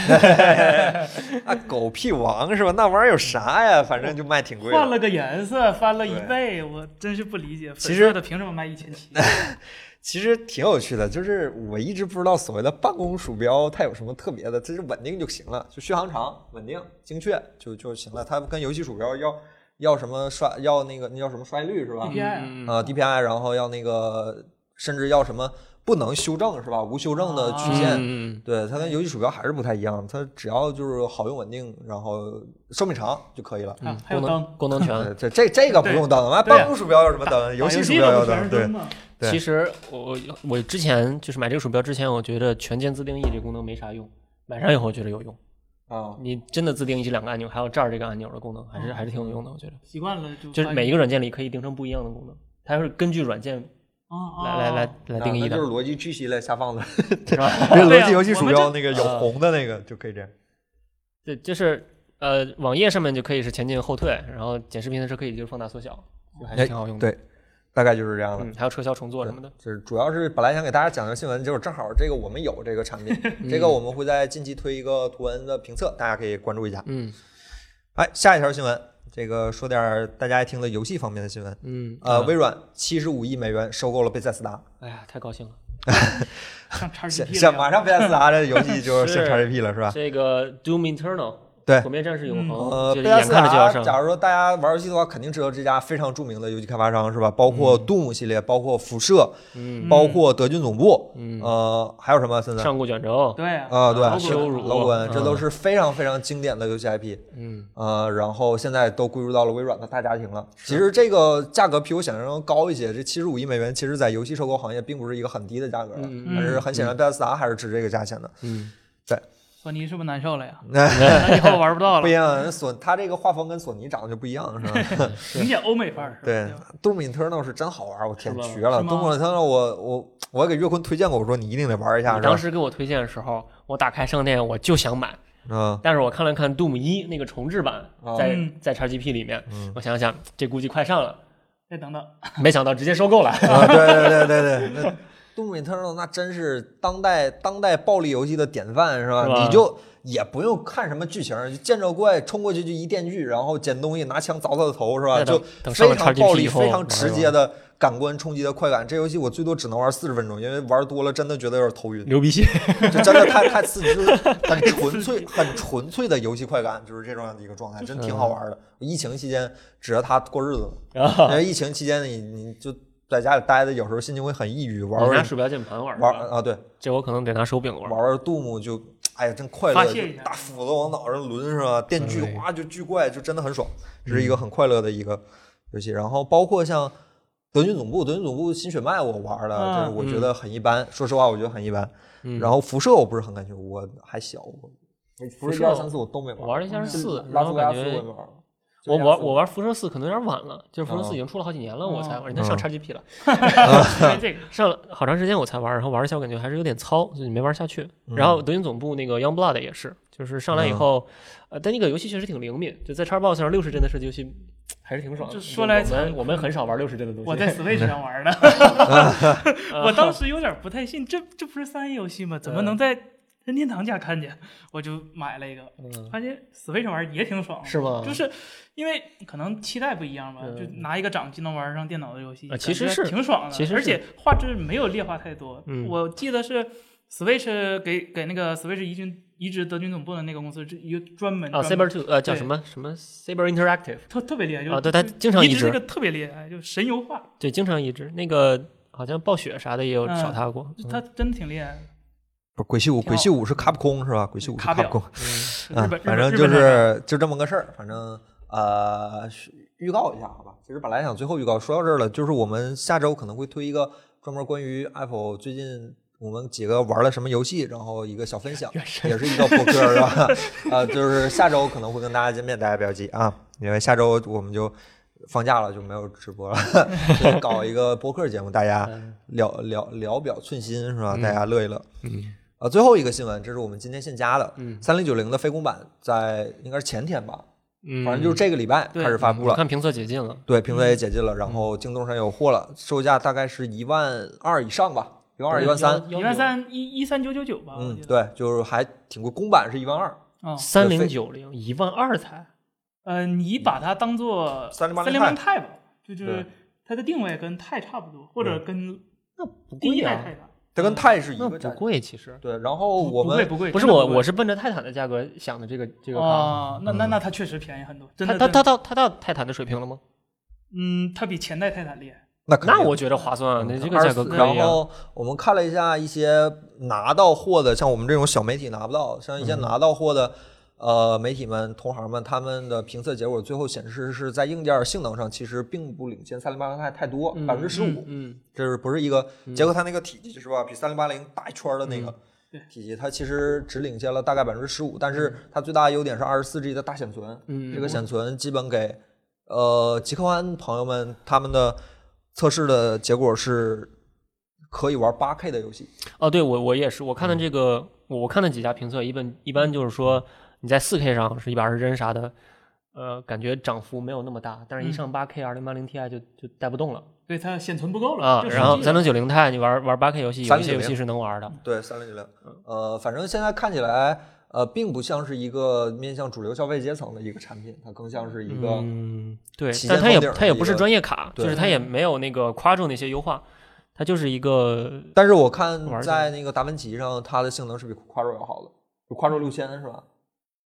狗屁王是吧？那玩意儿有啥呀？反正就卖挺贵的。 换了个颜色，翻了1倍，我真是不理解。 其实的凭什么卖1700？ 其实挺有趣的，就是我一直不知道所谓的办公鼠标它有什么特别的，这是稳定就行了，就续航长、稳定、精确就行了。它跟游戏鼠标要什么要那个那叫什么刷新率是吧 ？DPI DPI， 然后要那个甚至要什么。不能修正是吧？无修正的曲线，对，它跟游戏鼠标还是不太一样。它只要就是好用稳定，然后寿命长就可以了。 还有灯， 功能全。 这个不用灯，办公鼠标有什么灯？游戏鼠标要灯。对。 其实我之前就是买这个鼠标之前，我觉得全键自定义这功能没啥用，买上以后觉得有用。你真的自定义这2个按钮，还有这儿这个按钮的功能，还是挺有用的。我觉得习惯了就是每一个软件里可以定成不一样的功能，它是根据软件。来定义的， 就是逻辑 G 系列下放的， 是吧？ 逻辑游戏鼠标那个有红的那个就可以这样。 对，就是网页上面就可以是前进后退，然后剪视频的时候可以就是放大缩小，就还是挺好用的。 对，大概就是这样的。 还有撤销重做什么的。 就是主要是本来想给大家讲个新闻，结果正好这个我们有这个产品，这个我们会在近期推一个图文的评测，大家可以关注一下。下一条新闻。这个说点大家爱听的游戏方面的新闻。微软$75亿收购了贝塞斯达。 哎呀，太高兴了！ 像 XGP 马上贝塞斯达的游戏就上 XGP 了，是吧？ 这个 Doom Eternal 对， 毁灭战士永恒，就是眼看着就要上。 假如说大家玩游戏的话，肯定知道这家非常著名的游戏开发商是吧？包括杜姆系列，包括辐射，包括德军总部，还有什么？现在上古卷轴， 对对， 羞辱老滚，这都是非常非常经典的游戏 IP。然后现在都归入到了微软的大家庭了。其实这个价格比我想象中高一些，这75亿美元，其实在游戏收购行业并不是一个很低的价格，但是很显然贝塞斯达还是值这个价钱的。对。 索尼是不是难受了呀？以后玩不到了。 不一样，他这个画风跟索尼长得就不一样，是吧？ 明显欧美范儿。 对，Doom Eternal 是真好玩，我天，绝了！Doom Eternal 我给岳坤推荐过，我说你一定得玩一下。 你当时给我推荐的时候，我打开商店我就想买，但是我看了看 Doom 1那个重置版，在 XGP 里面，我想想这估计快上了， 再等等， 没想到直接收购了。 对。Doom Eternal 那真是当代暴力游戏的典范，是吧？你就也不用看什么剧情，就见着怪冲过去就一电锯，然后捡东西拿枪凿他的头，是吧？就非常暴力、非常直接的感官冲击的快感。这游戏我最多只能玩40分钟，因为玩多了真的觉得有点头晕， 流鼻血， 就真的太刺激，就是很纯粹的游戏快感，就是这种样的一个状态，真挺好玩的。疫情期间指着它过日子，因为疫情期间你就在家里待的，有时候心情会很抑郁，玩拿鼠标键盘玩啊，对， 这我可能得拿手柄玩杜牧就，哎呀，真快乐，大斧子往脑上抡是吧？电锯哗就巨怪，就真的很爽，这是一个很快乐的一个游戏。然后包括像德军总部新血脉我玩了，就是我觉得很一般，说实话我觉得很一般。然后辐射我不是很感兴趣，我还小，辐射1、2、3、4我都没玩， 我玩了一下4， 拉斯维加斯我也没玩。 我玩辐射4可能有点晚了，就是辐射4已经出了好几年了，我才玩，人家上 XGP 了，这个上了好长时间我才玩，然后玩一下我感觉还是有点糙，所以没玩下去。然后德军总部那个 Youngblood 也是，就是上来以后，但那个游戏确实挺灵敏，就在 Xbox 上60帧的射击游戏还是挺爽的。 就说来我们很少玩60帧的东西。 我在 Switch 上玩的，我当时有点不太信，这不是3A 游戏吗？怎么能在任天堂家看见？我就买了一个，发现 Switch 玩也挺爽， 是吗？ 就是因为可能期待不一样吧，就拿一个掌机能玩上电脑的游戏， 其实是挺爽的，而且画质没有劣化太多。我记得是 Switch 给那个 Switch 移植德军总部的那个公司，一个专门 Saber 2叫什么 Saber Interactive， 特别厉害， 对，他经常移植那个特别厉害，就神游化， 对，经常移植。那个好像暴雪啥的也有找他过， 他真的挺厉害的。 不是鬼泣5是卡普空是吧？鬼泣5是卡普空，反正就这么个事儿。反正预告一下好吧。其实本来想最后预告，说到这儿了，就是我们下周可能会推一个专门关于 Apple 最近我们几个玩了什么游戏，然后一个小分享，也是一个播客是吧？就是下周可能会跟大家见面，大家不要急啊，因为下周我们就放假了，就没有直播了，就搞一个播客节目，大家聊表寸心是吧？大家乐一乐。最后一个新闻，这是我们今天现加的，3090的非公版在应该是前天吧，反正就是这个礼拜开始发布了。 看评测解禁了， 对，评测也解禁了，然后京东上有货了，售价大概是12000以上吧，12000、 13000，13999吧。 对，就是还挺贵，公版是12000。 3090，12000才。 你把它当做 3080 钛吧，就是它的定位跟钛差不多，或者跟那不贵啊。 它跟钛是一个不贵，其实对。然后我们不贵， 不是我是奔着泰坦的价格想的这个卡。那它确实便宜很多。 它到泰坦的水平了吗？ 它比前代泰坦厉害。 那我觉得划算，那这个价格可以。 然后我们看了一下一些拿到货的，像我们这种小媒体拿不到，像一些拿到货的。媒体们、同行们，他们的评测结果最后显示是在硬件性能上其实并不领先3080太多，15%。这是不是一个？结合它那个体积是吧？比3080大一圈的那个体积，它其实只领先了大概15%，但是它最大的优点是24G 的大显存。这个显存基本给极客湾朋友们他们的测试的结果是可以玩8K 的游戏。 对，我也是，我看的这个，我看的几家评测一般就是说。你在4K 上是120帧啥的，感觉涨幅没有那么大，但是一上8K 2080 Ti 就带不动了， 对，它显存不够了啊。然后3090 Ti 你玩 8K 游戏，有一些游戏是能玩的。 对，3090，反正现在看起来，并不像是一个面向主流消费阶层的一个产品，它更像是一个对，但它也不是专业卡，就是它也没有那个夸张那些优化，它就是一个。 但是我看在那个达芬奇上，它的性能是比Quadro要好的，就Quadro6000是吧？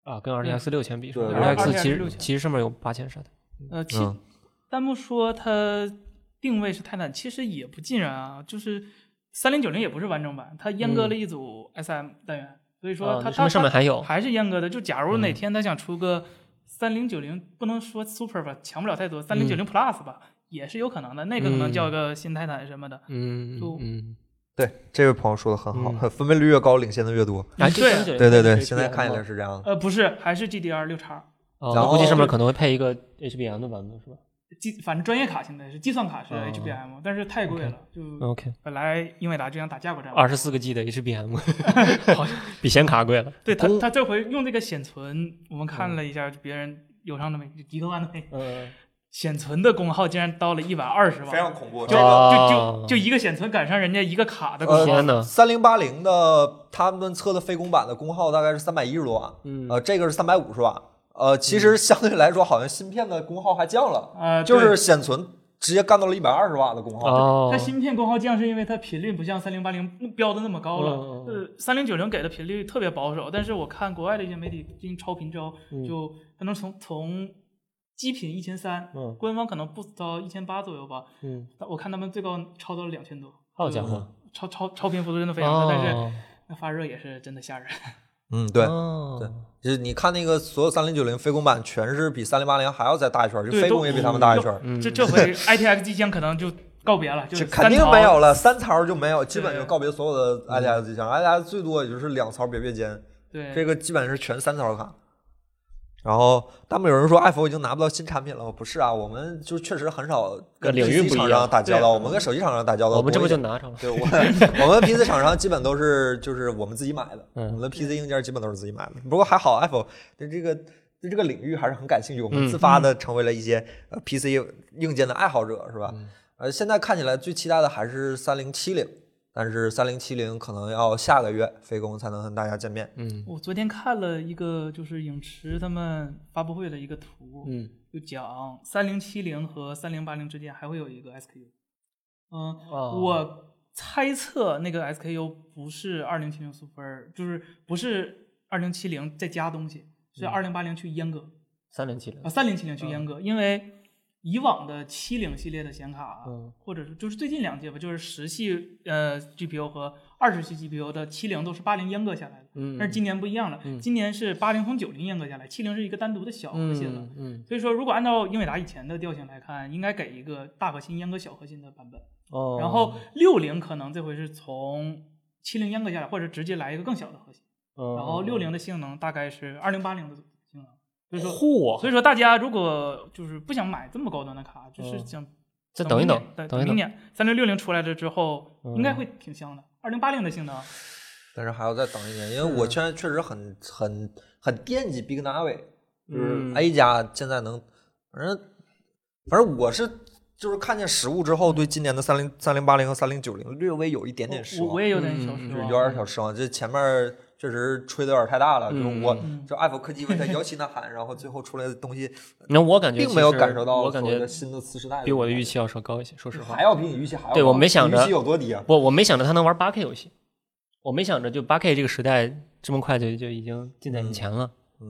啊，跟 RTX 6000比， 对 RTX 其实上面有8000摄的。 弹幕说它定位是泰坦，其实也不尽然啊，就是3090也不是完整版，它阉割了一组 SM 单元，所以说它上面还有还是阉割的。就假如哪天它想出个3090，不能说 Super 吧，强不了太多，3090 Plus 吧，也是有可能的。那个可能叫个新泰坦什么的。 对，这位朋友说的很好，分辨率越高，领先的越多。 对， 现在看起来是这样的。 不是，还是 GDR6X。 然后估计上面可能会配一个 HBM 的版本，是吧？ 反正专业卡现在是计算卡是 HBM，但是太贵了，就本来英伟达就想打价格战 ，24个G 的 HBM， 比显卡贵了。 对他这回用这个显存，我们看了一下别人友商的极客湾的显存的功耗竟然到了120瓦， 非常恐怖。 就一个显存赶上人家一个卡的功耗。 天哪 ！3080的他们测的非公版的功耗大概是310多瓦，这个是350瓦。其实相对来说，好像芯片的功耗还降了，就是显存直接干到了120瓦的功耗。 它芯片功耗降是因为它频率不像3080标的那么高了。3090给的频率特别保守，但是我看国外的一些媒体进行超频招，就它能从基频1300，官方可能不到1800左右吧。我看他们最高超到了2000多。 好家伙， 超频幅度真的非常大，但是那发热也是真的吓人。 对，就是你看那个所有3090非公版全是比3080还要再大一圈，就非公也比他们大一圈。 这回 ITX 机箱可能就告别了，就肯定没有了，3槽就没有，基本就告别所有的 ITX 机箱。ITX 最多也就是2槽别别间， 对， 这个基本是全3槽卡。然后弹幕有人说 iPhone 已经拿不到新产品了，不是啊，我们就确实很少跟 PC 厂商打交道，我们跟手机厂商打交道。 我们这不就拿上了？ 对，我们 PC 厂商基本都是就是我们自己买的，我们的 PC 硬件基本都是自己买的。不过还好 iPhone 对这个领域还是很感兴趣，我们自发的成为了一些PC 硬件的爱好者，是吧？现在看起来最期待的还是3070。但是3070可能要下个月非公才能跟大家见面。 我昨天看了一个就是影驰他们发布会的一个图，就讲3070和3080之间还会有一个 SKU。我猜测那个 SKU 不是2070 Super， 就是不是2070再加东西，是2080去阉割。3070去阉割，因为以往的70系列的显卡，或者是就是最近2届吧，就是10系GPU 和20系 GPU 的70都是80阉割下来的，但是今年不一样了，今年是80从90阉割下来，70是一个单独的小核心了，所以说如果按照英伟达以前的调性来看，应该给一个大核心阉割小核心的版本，然后60可能这回是从70阉割下来，或者直接来一个更小的核心，然后60的性能大概是2080的。所以说大家如果就是不想买这么高端的卡，就是想再等一等， 明年3060出来了之后，应该会挺香的。2080的性能， 但是还要再等一年，因为我确实很惦记 Big Navi， 就是 A 加现在能，反正我是就是看见实物之后，对今年的3080和3090略微有一点点失望。 我也有点小失望， 有点小失望。这前面确实吹的有点太大了，就爱否科技为他摇旗呐喊，然后最后出来的东西， 那我感觉并没有感受到， 我感觉新的次时代比我的预期要稍高一些。说实话， 还要比你预期还要高。 对，我没想着预期有多低啊？ 我没想着他能玩8K 游戏，我没想着就8K 这个时代这么快就已经近在眼前了。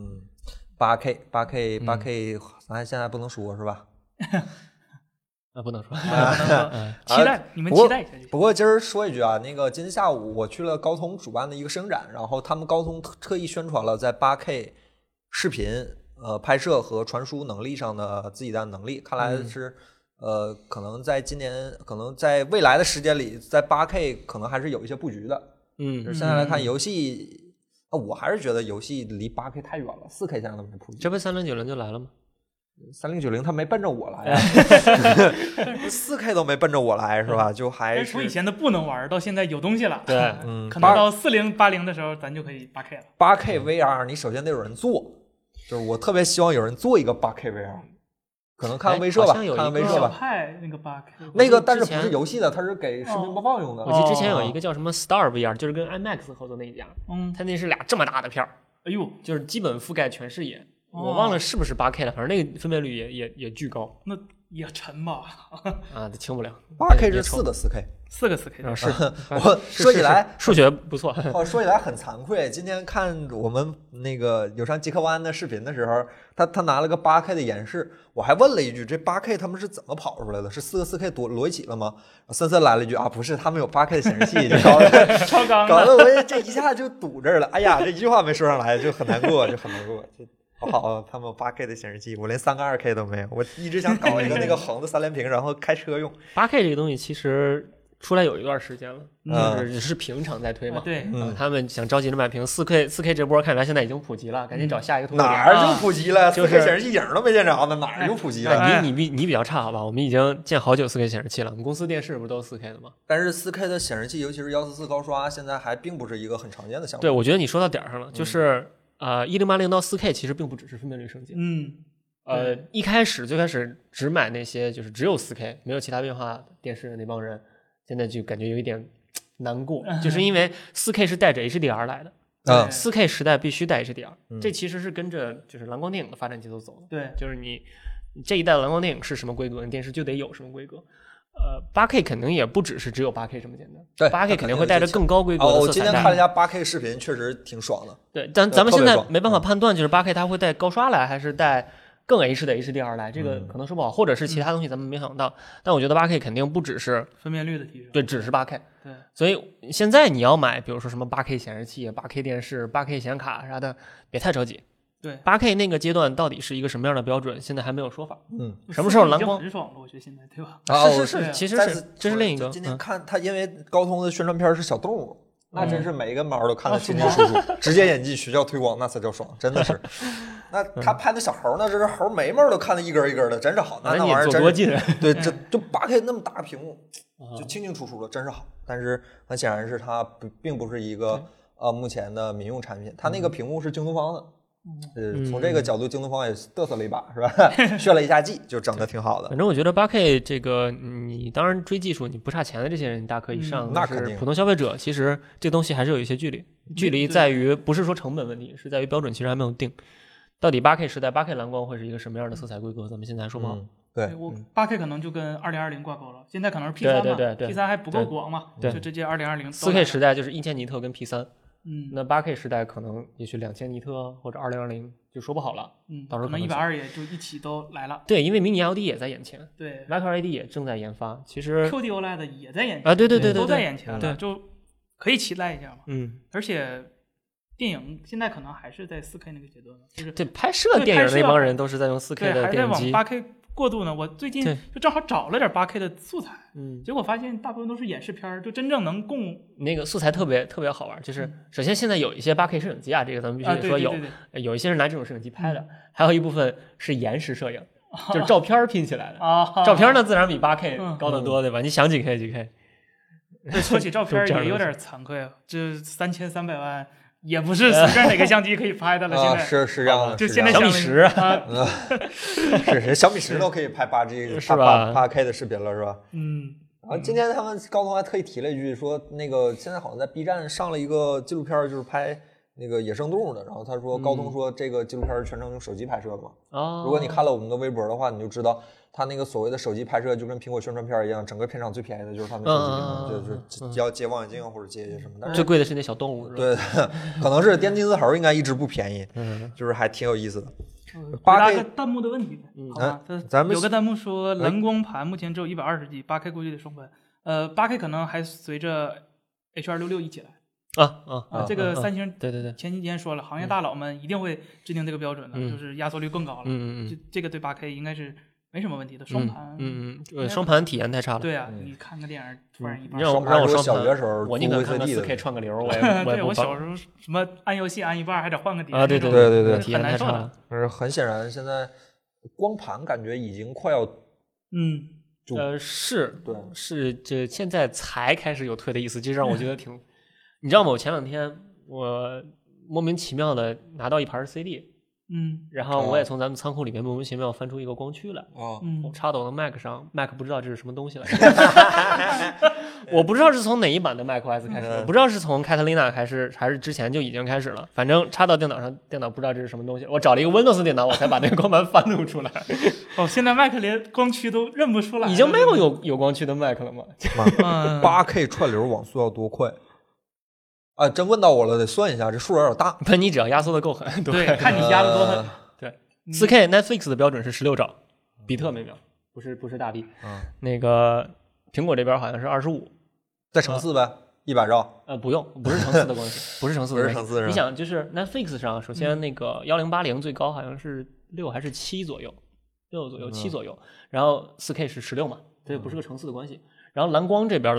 8K，咱现在不能说是吧？ 不能说， 期待你们期待一下。 不过今儿说一句啊，那个今天下午我去了高通主办的一个声展，然后他们高通特意宣传了在8K 视频拍摄和传输能力上的自己的能力，看来是可能在今年，可能在未来的时间里，在8K 可能还是有一些布局的。就是现在来看游戏，我还是觉得游戏离8K 太远了，4K 现在都没普及。 这不3090就来了吗 ？3090它没奔着我来，4K 都没奔着我来是吧？就还是从以前的不能玩到现在有东西了。 对， 可能到4080的时候，咱就可以8K 了。 8K VR 你首先得有人做，就是我特别希望有人做一个8K VR， 可能看威社吧，看威社吧。 派那个8K， 那个但是不是游戏的，它是给视频播放用的。 我记得之前有一个叫什么 Star VR， 就是跟 IMAX 合作那一家，它那是俩这么大的片儿， 哎呦， 就是基本覆盖全视野。我忘了是不是8K 了，反正那个分辨率也巨高。 那也沉吧？ 啊，轻不了。 8K 是4个4K，4 个 4K 是。 我说起来数学不错。 说起来很惭愧，今天看我们那个有上极客湾的视频的时候，他拿了个8K 的演示，我还问了一句，这8K 他们是怎么跑出来的？是4个4K摞一起了吗？森森来了一句啊，不是，他们有8K 的显示器，就搞得我这一下就堵这儿了。哎呀，这一句话没说上来，就很难过，就很难过。好，他们有8K 的显示器，我连3个2K 都没有。我一直想搞一个那个横的3连屏，然后开车用。 8K 这个东西其实出来有一段时间了，是平厂在推嘛。 对， 他们想着急着买屏，4K 这波看来现在已经普及了，赶紧找下一个突破点。 哪儿就普及了？4K 显示器影都没见着呢，哪儿就普及了？ 你比较差好吧？我们已经见好久4K 显示器了，我们公司电视不是都是4K 的吗？ 但是4K 的显示器，尤其是144高刷，现在还并不是一个很常见的项目。 对，我觉得你说到点上了，就是1080到4K 其实并不只是分辨率升级。最开始只买那些就是只有4K 没有其他变化电视的那帮人，现在就感觉有一点难过，就是因为4K 是带着 HDR 来的。4K 时代必须带 HDR，这其实是跟着就是蓝光电影的发展节奏走的。 对， 就是你这一代的蓝光电影是什么规格，你电视就得有什么规格。8K 肯定也不只是只有8K 这么简单， 对 ，8K 肯定会带着更高规格的色彩。 我今天看了一下8K 视频，确实挺爽的。 对，但咱们现在没办法判断，就是8K 它会带高刷来，还是带更 H 的 HDR 来，这个可能说不好，或者是其他东西咱们没想到。但我觉得8K 肯定不只是分辨率的提升， 对，只是8K。 对， 所以现在你要买，比如说什么8K 显示器、8K 电视、8K 显卡啥的，别太着急。 对 ，8K 那个阶段到底是一个什么样的标准，现在还没有说法。什么时候蓝光？ 很爽了，我觉得现在对吧？ 是，其实是这是另一个。 今天看他，因为高通的宣传片是小动物，那真是每个毛都看得清清楚楚，直接演技，学校推广，那才叫爽，真的是。那他拍那小猴，那这是猴眉毛都看得一根一根的，真是好。那玩意儿真是对，这就8K 那么大屏幕，就清清楚楚的，真是好。但是很显然是它并不是一个目前的民用产品，它那个屏幕是京东方的。从这个角度，京东方也嘚瑟了一把，是吧？炫了一下技，就整得挺好的。 反正我觉得8K 这个，你当然追技术，你不差钱的这些人，你大可以上。 那肯定。 普通消费者其实这东西还是有一些距离，距离在于不是说成本问题，是在于标准其实还没有定。到底8K 时代8K 蓝光会是一个什么样的色彩规格，咱们现在还说不好。 对， 我8K 可能就跟2020挂钩了，现在可能是 P3 嘛， 对 P3 还不够广嘛， 就直接2020。 4K 时代就是1000尼特跟 P3。那8K 时代可能也许2000尼特或者2020就说不好了，到时候可能120也就一起都来了。 对，因为迷你 LED 也在眼前， 对 ，Micro LED 也正在研发，其实 QD OLED 也在眼前啊，对， 都在眼前了，就可以期待一下嘛。 而且电影现在可能还是在4K 那个阶段，就是对拍摄电影那帮人都是在用4K 的电影机， 还在往8K过渡呢。我最近就正好找了点8K 的素材，结果发现大部分都是演示片，就真正能供那个素材特别好玩。就是首先现在有一些8K 摄影机啊，这个咱们必须得说有一些人拿这种摄影机拍的，还有一部分是延时摄影，就是照片拼起来的。照片呢自然比8K 高得多，对吧？你想几 K 几 K。 说起照片也有点惭愧，这3300万。也不是随便哪个相机可以拍的了，现在是这样的， 就现在小米10 是小米10都可以拍8G 是吧 8K 的视频了，是吧？然后今天他们高通还特意提了一句，说那个现在好像在 B 站上了一个纪录片，就是拍那个野生动物的。然后他说高通说这个纪录片全程用手机拍摄的嘛。如果你看了我们的微博的话，你就知道他那个所谓的手机拍摄就跟苹果宣传片一样，整个片场最便宜的就是他们手机，就是要接望远镜或者接一些什么。但是最贵的是那小动物， 对，可能是颠金丝猴应该一直不便宜，就是还挺有意思的。 回答个弹幕的问题，好吧？ 咱们有个弹幕说蓝光盘目前只有120G， 8K 估计得双盘，8K 可能还随着 HR66一起来。这个三星对前几天说了，行业大佬们一定会制定这个标准的，就是压缩率更高了。这个对 8K 应该是没什么问题的，双盘。 双盘体验太差了。 对啊，你看个电影突然一半， 让我双盘，我宁可看个 4K 串个流，我也对我小时候什么按游戏按一半还得换个碟啊，对， 体验太差了。 很显然，现在光盘感觉已经快要是这现在才开始有退的意思，这让我觉得挺。你知道吗？我前2天我莫名其妙的拿到一盘 CD，然后我也从咱们仓库里面莫名其妙翻出一个光驱来，我插到我的 Mac 上，Mac 不知道这是什么东西来， 我不知道是从哪一版的 macOS 开始的，不知道是从 Catalina 还是之前就已经开始了。反正插到电脑上，电脑不知道这是什么东西。我找了一个 Windows 电脑，我才把那个光盘翻录出来。 现在 Mac 连光驱都认不出来， 已经没有光驱的 Mac 了吗 ？8K 串流网速要多快？啊，真问到我了，得算一下，这数有点大。 那你只要压缩的够狠， 对，看你压的多狠。 对，4K Netflix 的标准是16兆比特每秒，不是大 B。那个苹果这边好像是25， 再乘4呗，100兆。 不用，不是乘4的关系，不是乘4的关系。 不是乘4， 你想，就是 Netflix 上，首先那个1080最高好像是6还是7左右，6左右7左右，然后4K 是16嘛，这不是个乘4的关系。然后蓝光这边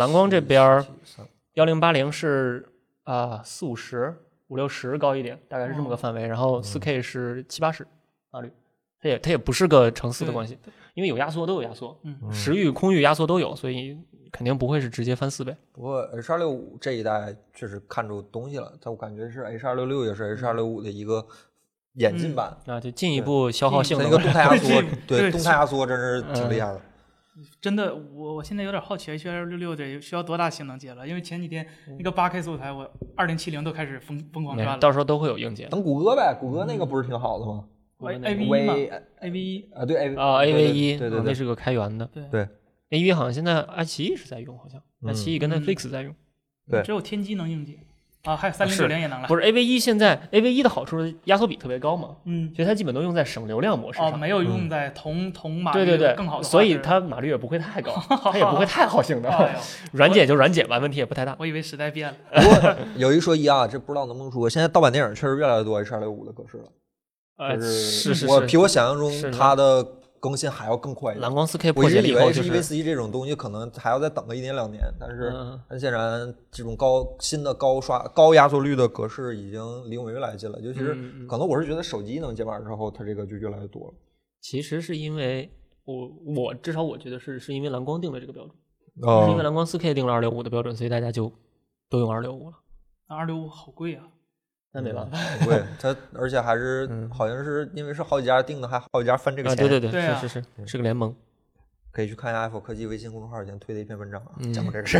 1080是40、50、60高一点，大概是这么个范围。然后4K 是70、80码率，它也不是个乘4的关系，因为有压缩都有压缩，实域、空域压缩都有，所以肯定不会是直接翻4倍。 不过 H265 这一代确实看出东西了，我感觉是 H266 也是 H265 的一个演进版， 就进一步消耗性能。 一个动态压缩，对动态压缩真是挺厉害的。 真的，我现在有点好奇 H266 这需要多大性能接了？因为前几天那个8K 素材，我2070都开始疯狂刷了。 到时候都会有硬件。 等谷歌呗，谷歌那个不是挺好的吗 ？AV1 嘛，AV1 啊，对 AV1， 对， 那是个开源的。 对 ，AV1 好像现在爱奇艺是在用，好像爱奇艺跟 Netflix 在用。 对， 只有天玑能硬接。还有3090也能了。 不是 AV1 现在 AV1 的好处是压缩比特别高嘛， 所以它基本都用在省流量模式上， 没有用在同码率更好的， 所以它码率也不会太高，它也不会太耗性能。软解就软解吧，问题也不太大。 我以为时代变了。 不过有一说一啊，这不知道能不能说，现在盗版电影确实越来越多 H265 的格式了。 是比我想象中它的更新还要更快。 蓝光 4K 破解以为是 EVC 这种东西可能还要再等个1年2年，但是很显然这种新的高压缩率的格式已经离我们越来越近了。尤其是可能我是觉得手机能解码之后，它这个就越来越多了。 其实是因为我至少我觉得是因为蓝光定了这个标准，是因为蓝光 4K 定了265的标准，所以大家就都用265了。 265好贵啊。 那没办法， 对它，而且还是好像是因为是好几家定的，还好几家分这个钱。 对，是个联盟。 可以去看一下 Apple 科技微信公众号以前推的一篇文章讲过这个事儿。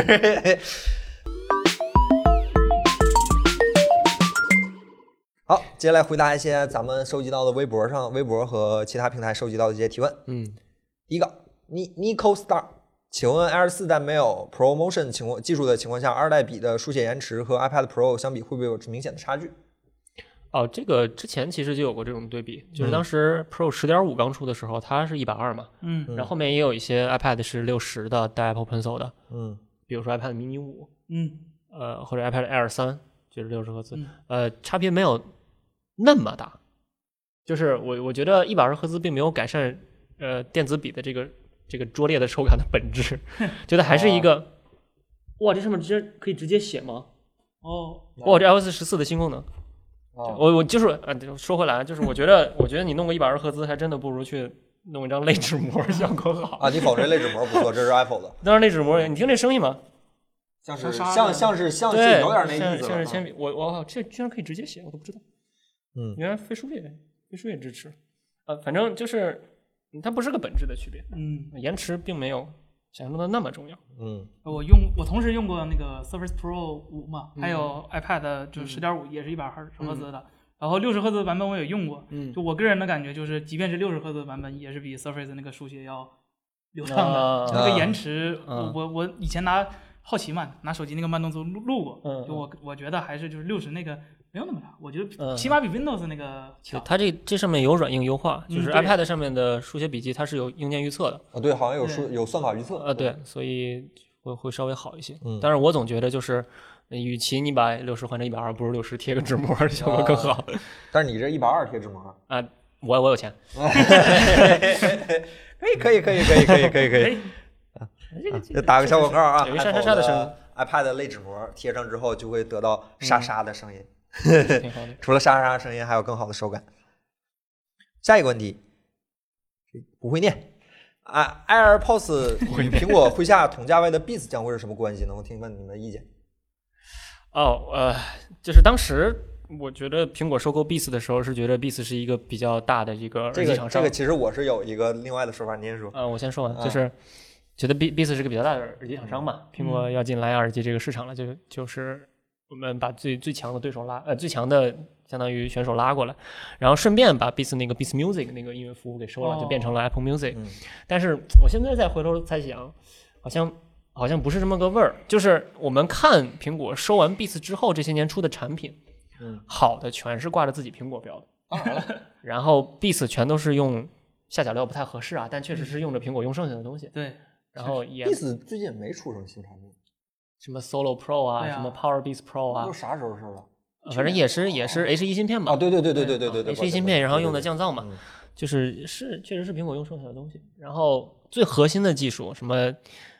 好，接下来回答一些咱们收集到的微博和其他平台收集到的一些提问。第一个 Nico Star， 请问 Air 4在没有 ProMotion 技术的情况下，2代笔的书写延迟和 iPad Pro 相比会不会有明显的差距？ 这个之前其实就有过这种对比，就是当时 Pro 10.5 刚出的时候，它是120嘛，然后后面也有一些 iPad 是60的带 Apple Pencil 的，比如说 iPad mini 5，或者 iPad Air 3就是60赫兹，差别没有那么大，就是我觉得120赫兹并没有改善电子笔的这个拙劣的手感的本质，觉得还是一个，哇，这上面可以直接写吗？哇，这 iOS 14的新功能。我就是说回来，就是我觉得你弄个120赫兹还真的不如去弄一张类纸膜效果好啊！你否认类纸膜不错，这是 Apple 的。 当然类纸膜，你听这声音吗？ 像是有点那意思， 像是铅笔。我这居然可以直接写，我都不知道。原来飞书也支持。反正就是它不是个本质的区别。延迟并没有想象中的那么重要。 我同时用过那个 Surface Pro 5嘛，还有 iPad 就 10.5 也是120赫兹的，然后60赫兹版本我也用过，就我个人的感觉就是，即便是60赫兹版本，也是比 Surface 那个书写要流畅的。那个延迟，我以前好奇嘛，拿手机那个慢动作录过，就我觉得还是就是60那个没有那么差，我觉得起码比 Windows 那个强。 它这上面有软硬优化，就是 iPad 上面的书写笔记它是有硬件预测的。 对，好像有算法预测。 对，所以会稍微好一些。但是我总觉得就是，与其你把60换成120，不如60贴个纸膜效果更好。 但是你这120贴纸膜啊，我有钱。 可以。这打个小广告啊！ 有一沙沙的声音。 iPad 类纸膜贴上之后，就会得到沙沙的声音。 挺好的。 除了沙沙的声音，还有更好的手感。下一个问题，不会念啊 ，AirPods 与苹果麾下同价位的 Beats 将会是什么关系？能够听问你们的意见。 就是当时我觉得苹果收购 Beats 的时候，是觉得 Beats 是一个比较大的一个耳机厂商。 这个其实我是有一个另外的说法，您先说。 我先说完，就是觉得 Beats 是个比较大的耳机厂商嘛，苹果要进蓝牙耳机这个市场了，就是我们把最强的对手最强的相当于选手拉过来，然后顺便把 Beats 那个 Beats Music 那个音乐服务给收了，就变成了 Apple Music。但是我现在再回头猜想，好像不是这么个味儿。就是我们看苹果收完 Beats 之后，这些年出的产品，好的全是挂着自己苹果标的， 当然了， 然后 Beats 全都是用下脚料不太合适啊，但确实是用着苹果用剩下的东西。 对， 然后也 Beats 最近没出什么新产品， 什么 Solo Pro 啊，什么 Power Beats Pro 啊， 都啥时候的事了？ 反正也是 H1 芯片吧。 对 ，H1 芯片，然后用的降噪嘛，就是确实是苹果用剩下的东西。然后最核心的技术，什么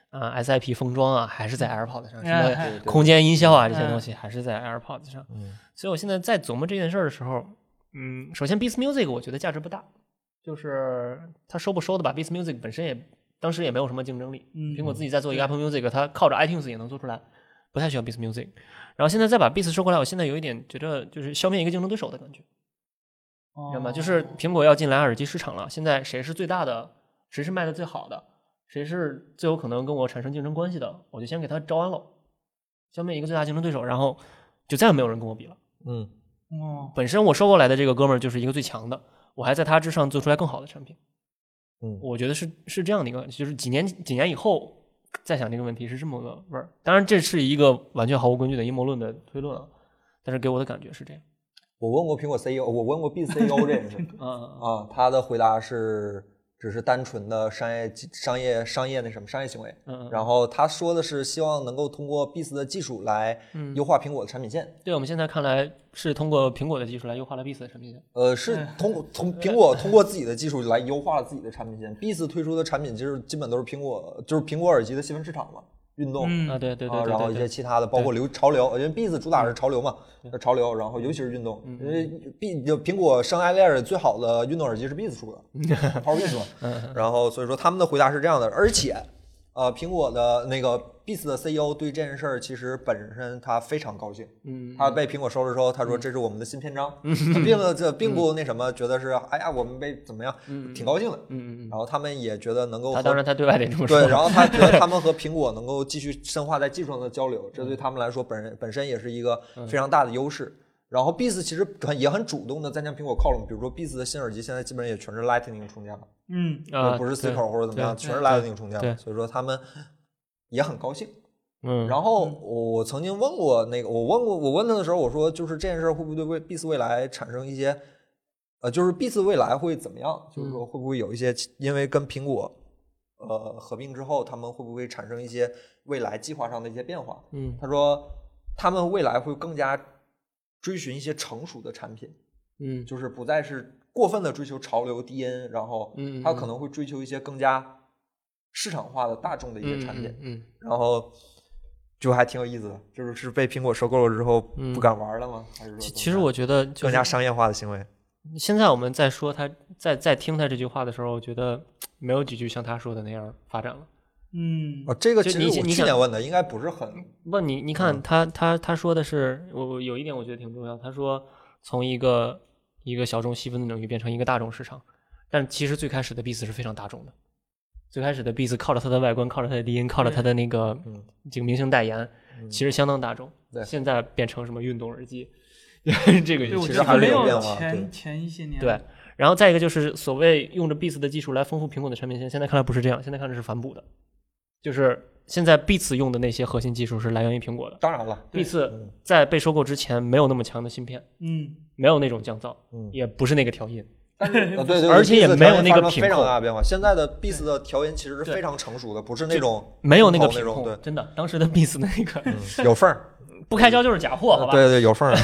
SIP 封装啊，还是在 AirPods 上，什么空间音效啊这些东西，还是在 AirPods 上。所以我现在在琢磨这件事的时候，首先 Beats Music 我觉得价值不大，就是它收不收的吧 ，Beats Music 本身当时也没有什么竞争力，苹果自己在做一个 Apple Music， 它靠着 iTunes 也能做出来，不太需要 Beats Music。然后现在再把 Beats 收过来，我现在有一点觉得就是消灭一个竞争对手的感觉，知道吗？就是苹果要进蓝牙耳机市场了，现在谁是最大的，谁是卖的最好的，谁是最有可能跟我产生竞争关系的，我就先给他招安喽，消灭一个最大竞争对手，然后就再也没有人跟我比了。本身我收过来的这个哥们儿就是一个最强的，我还在他之上做出来更好的产品。我觉得是这样的一个，就是几年以后再想这个问题是这么个味儿。当然这是一个完全毫无根据的阴谋论的推论啊，但是给我的感觉是这样。 我问过苹果 CEO， 我问过 Beats CEO 这件事他的回答是只是单纯的商业行为。然后他说的是希望能够通过 Beats 的技术来优化苹果的产品线。 对，我们现在看来是通过苹果的技术来优化了 Beats 的产品线。 是苹果通过自己的技术来优化了自己的产品线。Beats 推出的产品其实基本都是苹果耳机的细分市场嘛，运动对， 然后一些其他的，包括潮流，因为 Beats 主打是潮流嘛，潮流，然后尤其是运动，因为苹果生涯链最好的运动耳机是 Beats 出的，Power Beats 嘛，然后所以说他们的回答是这样的，而且苹果的那个 Beats 的 CEO 对这件事儿其实本身他非常高兴，他被苹果收的时候，他说这是我们的新篇章，并不那什么，觉得是哎呀我们被怎么样，挺高兴的，然后他们也觉得能够当然他对外得这么说， 对，然后他觉得他们和苹果能够继续深化在技术上的交流，这对他们来说本身也是一个非常大的优势。然后 Beats 其实也很主动的在向苹果靠拢，比如说 Beats 的新耳机现在基本上也全是 Lightning 充电了，不是 C 口或者怎么样，全是 Lightning 充电了，所以说他们也很高兴。然后我曾经问过我问他的时候，我说就是这件事会不会对 Beats 未来产生一些就是 Beats 未来会怎么样？就是说会不会有一些因为跟苹果合并之后，他们会不会产生一些未来计划上的一些变化？他说他们未来会更加追寻一些成熟的产品，就是不再是过分的追求潮流低音，然后他可能会追求一些更加市场化的大众的一些产品，然后就还挺有意思的，就是被苹果收购了之后不敢玩了吗？还是说其实我觉得更加商业化的行为？ 现在我们在说他在听他这句话的时候，我觉得没有几句像他说的那样发展了。 这个其实我去年问的，应该不是很不，你看他说的是，我有一点我觉得挺重要，他说从一个小众细分的领域变成一个大众市场，但其实最开始的 Beats 是非常大众的，最开始的 Beats 靠着它的外观，靠着它的低音，靠着它的那个这个明星代言，其实相当大众。现在变成什么运动耳机，这个其实还是有变化。 前一些年对，然后再一个就是所谓用着 Beats 的技术来丰富苹果的产品线，现在看来不是这样，现在看来是反哺的。就是现在 Beats 用的那些核心技术是来源于苹果的， 当然了 ，Beats 在被收购之前没有那么强的芯片，没有那种降噪，也不是那个调音， 对， 而且也没有那个品控， 非常大的变化。现在的 Beats 的调音其实是非常成熟的，不是那种没有那个品控，对，真的，当时的 Beats 那个有缝儿， 不开胶就是假货，好吧？ 对，有缝儿。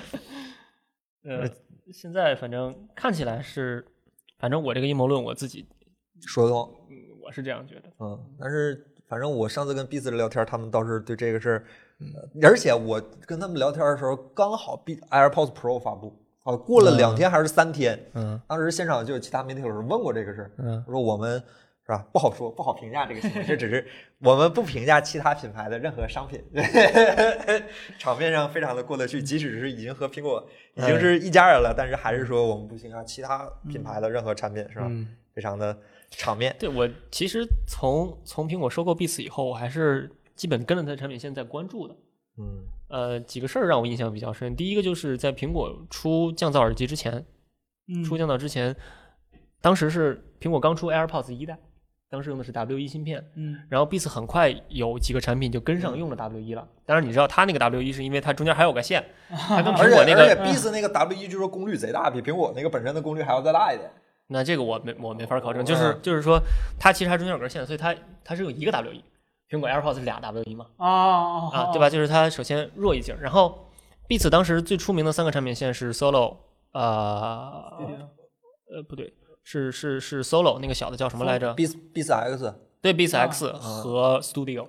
现在反正看起来是，反正我这个阴谋论我自己说得通。 我是这样觉得， 但是反正我上次跟 Beats 聊天，他们倒是对这个事儿，而且我跟他们聊天的时候，刚好 AirPods Pro 发布，过了2天还是3天，当时现场就有其他媒体有人问过这个事儿，说我们是吧不好说，不好评价这个新闻，这只是我们不评价其他品牌的任何商品，场面上非常的过得去，即使是已经和苹果已经是一家人了，但是还是说我们不评价其他品牌的任何产品，是吧？ 非常的场面。 对，我其实从苹果收购 Beats 以后，我还是基本跟着它的产品线在关注的。几个事儿让我印象比较深。第一个就是在苹果出降噪耳机之前，当时是苹果刚出 AirPods 1代，当时用的是 W1 芯片，然后 Beats 很快有几个产品就跟上用了 W1 了。当然你知道它那个 W1 是因为它中间还有个线，它跟苹果那个而且 Beats 那个 W1 据说功率贼大，比苹果那个本身的功率还要再大一点。 那这个我没法考证，就是说它其实还中间有根线，所以它是有一个 W1。苹果 AirPods 是俩 W1 嘛？对吧？就是它首先弱一截，然后 Beats 当时最出名的3个产品线是 Solo， 不对，是 Solo 那个小的叫什么来着 ？Beats X。 对 ，Beats X 和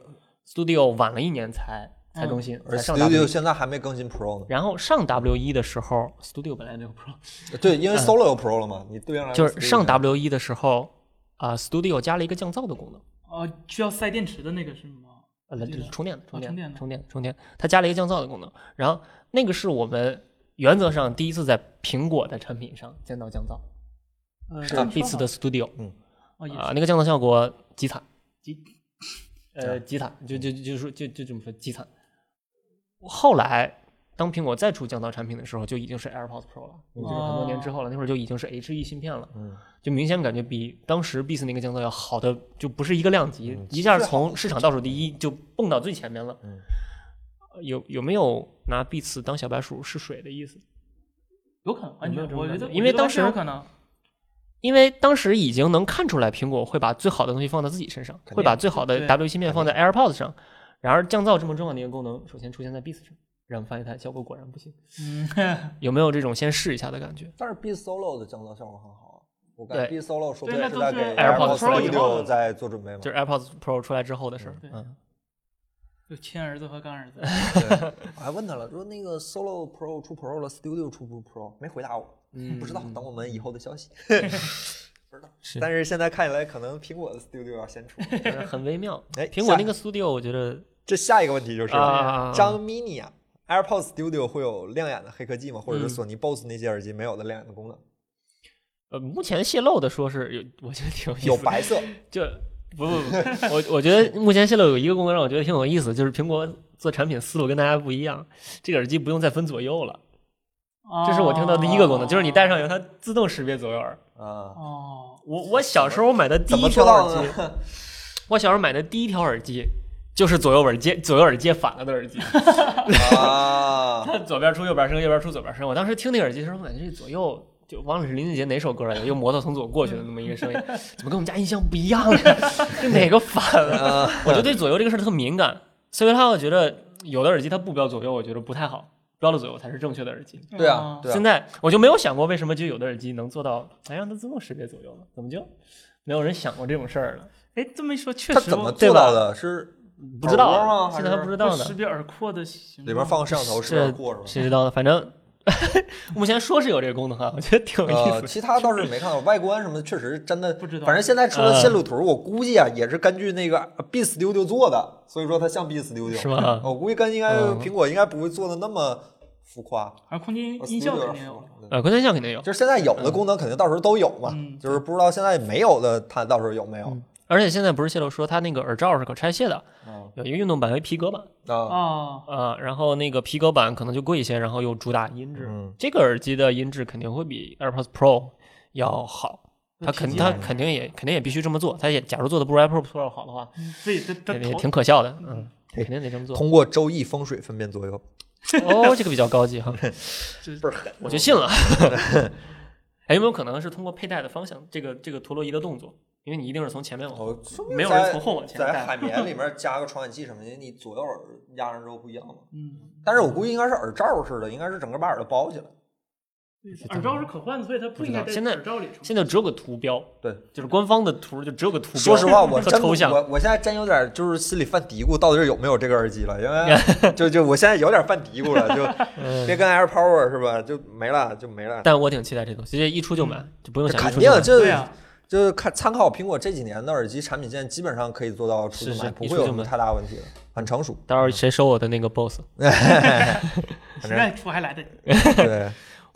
Studio 晚了1年才更新， 而 Studio 现在还没更新 Pro 呢。 然后上 W1 的时候 ，Studio 本来没有 Pro。 对，因为 Solo 有 Pro 了嘛，你对应来就是上 W1 的时候Studio 加了一个降噪的功能。 需要塞电池的那个是吗？ 充电，它加了一个降噪的功能。然后那个是我们原则上第一次在苹果的产品上见到降噪，是 Beats 的 Studio。那个降噪效果极惨，极惨，就这么说极惨。后来当苹果再出降噪产品的时候，就已经是 AirPods Pro 了，就是很多年之后了。那会儿就已经是 H1 芯片了，就明显感觉比当时 Beats 那个降噪要好的，就不是一个量级，一下从市场倒数第一就蹦到最前面了。有没有拿 Beats 当小白鼠试水的意思？ 有可能，完全我觉得， 因为当时有可能。 因为当时已经能看出来，苹果会把最好的东西放在自己身上，会把最好的 W 芯片放在 AirPods 上。然而，降噪这么重要的一个功能，首先出现在 Beats 上，让我们发现它效果果然不行。有没有这种先试一下的感觉？ 但是 Beats Solo 的降噪效果很好，我感觉 Beats Solo 说不定是在给 AirPods Pro 在做准备嘛， 就是 AirPods Pro 出来之后的事儿。 就亲儿子和干儿子。 我还问他了，说那个 Solo Pro 出 Pro 了 ，Studio 出不 Pro， 没回答我，不知道，等我们以后的消息。不知道，但是现在看起来可能苹果的 Studio 要先出， 很微妙。苹果那个 Studio 我觉得这下一个问题就是张 mini AirPods Studio 会有亮眼的黑科技吗？或者是索尼 BOSS 那些耳机没有的亮眼的功能？ 目前泄露的说是有，我觉得挺有意思。 有白色， 就不，我觉得目前泄露有一个功能让我觉得挺有意思，就是苹果做产品思路跟大家不一样，这个耳机不用再分左右了。这是我听到第一个功能，就是你戴上以后它自动识别左右耳。我小时候买的第一条耳机，我小时候买的第一条耳机就是左右耳接反了的耳机。它左边出右边声，右边出左边声。我当时听那个耳机的时候，我感觉这左右就忘了是林俊杰哪首歌来的，用摩托从左过去的那么一个声音，怎么跟我们家音箱不一样呀？这哪个反了？我就对左右这个事儿特敏感，所以我觉得有的耳机它不标左右，我觉得不太好。标了左右才是正确的耳机。 对啊， 现在我就没有想过为什么就有的耳机能做到，让它自动识别左右了，怎么就没有人想过这种事儿了？ 这么一说确实。 它怎么做到的？是不知道吗？ 现在还不知道呢。 识别耳廓的形状， 里面放个摄像头识别耳廓是吧？ 谁知道呢？反正目前说是有这个功能啊，我觉得挺有意思。 其他倒是没看到，外观什么的确实真的不知道。 反正现在出了线路图，我估计也是根据那个 Beats Studio 做的，所以说它像 Beats Studio 是吗？ 我估计苹果应该不会做的那么浮夸。 而空间音效肯定有， 空间音效肯定有， 就是现在有的功能肯定到时候都有嘛，就是不知道现在没有的它到时候有没有。 而且现在不是泄露说它那个耳罩是可拆卸的，有一个运动版，有一皮革版然后那个皮革版可能就贵一些，然后又主打音质。这个耳机的音质肯定会比 AirPods Pro 要好，它肯定也必须这么做。它也假如做的不如 AirPods Pro 好的话，也挺可笑的。肯定得这么做。 通过周易风水分辨左右。 这个比较高级哈，我就信了。有没有可能是通过佩戴的方向，这个陀螺仪的动作？因为你一定是从前面往后，没有人从后往前戴。 在海绵里面加个传感器什么的，你左右耳压上之后不一样嘛。但是我估计应该是耳罩式的，应该是整个把耳朵包起来。 耳罩是可换的，所以它不应该在耳罩里。 现在只有个图标， 对， 就是官方的图就只有个图标。 说实话，我真抽象， 我现在真有点就是心里犯嘀咕，到底是有没有这个耳机了？因为就我现在有点犯嘀咕了，就别跟 AirPower 是吧？就没了。 但我挺期待这东西，直接一出就买，就不用想。 肯定就是参考苹果这几年的耳机产品线，基本上可以做到出就买，不会有什么太大问题了，很成熟。 到时候谁收我的那个 BOSS？ 现在出还来得及。 对。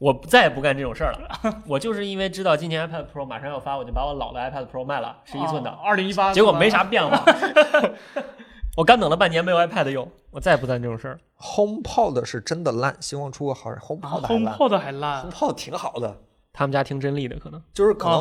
我再也不干这种事儿了。我就是因为知道今年 iPad Pro 马上要发，我就把我老的 iPad Pro 卖了，11寸的 ，2018， 结果没啥变化。我干等了半年没有 iPad 用，我再也不干这种事儿。 HomePod 是真的烂，希望出个好人。 HomePod 还烂 ，HomePod 挺好的。 他们家听真力的可能就是可能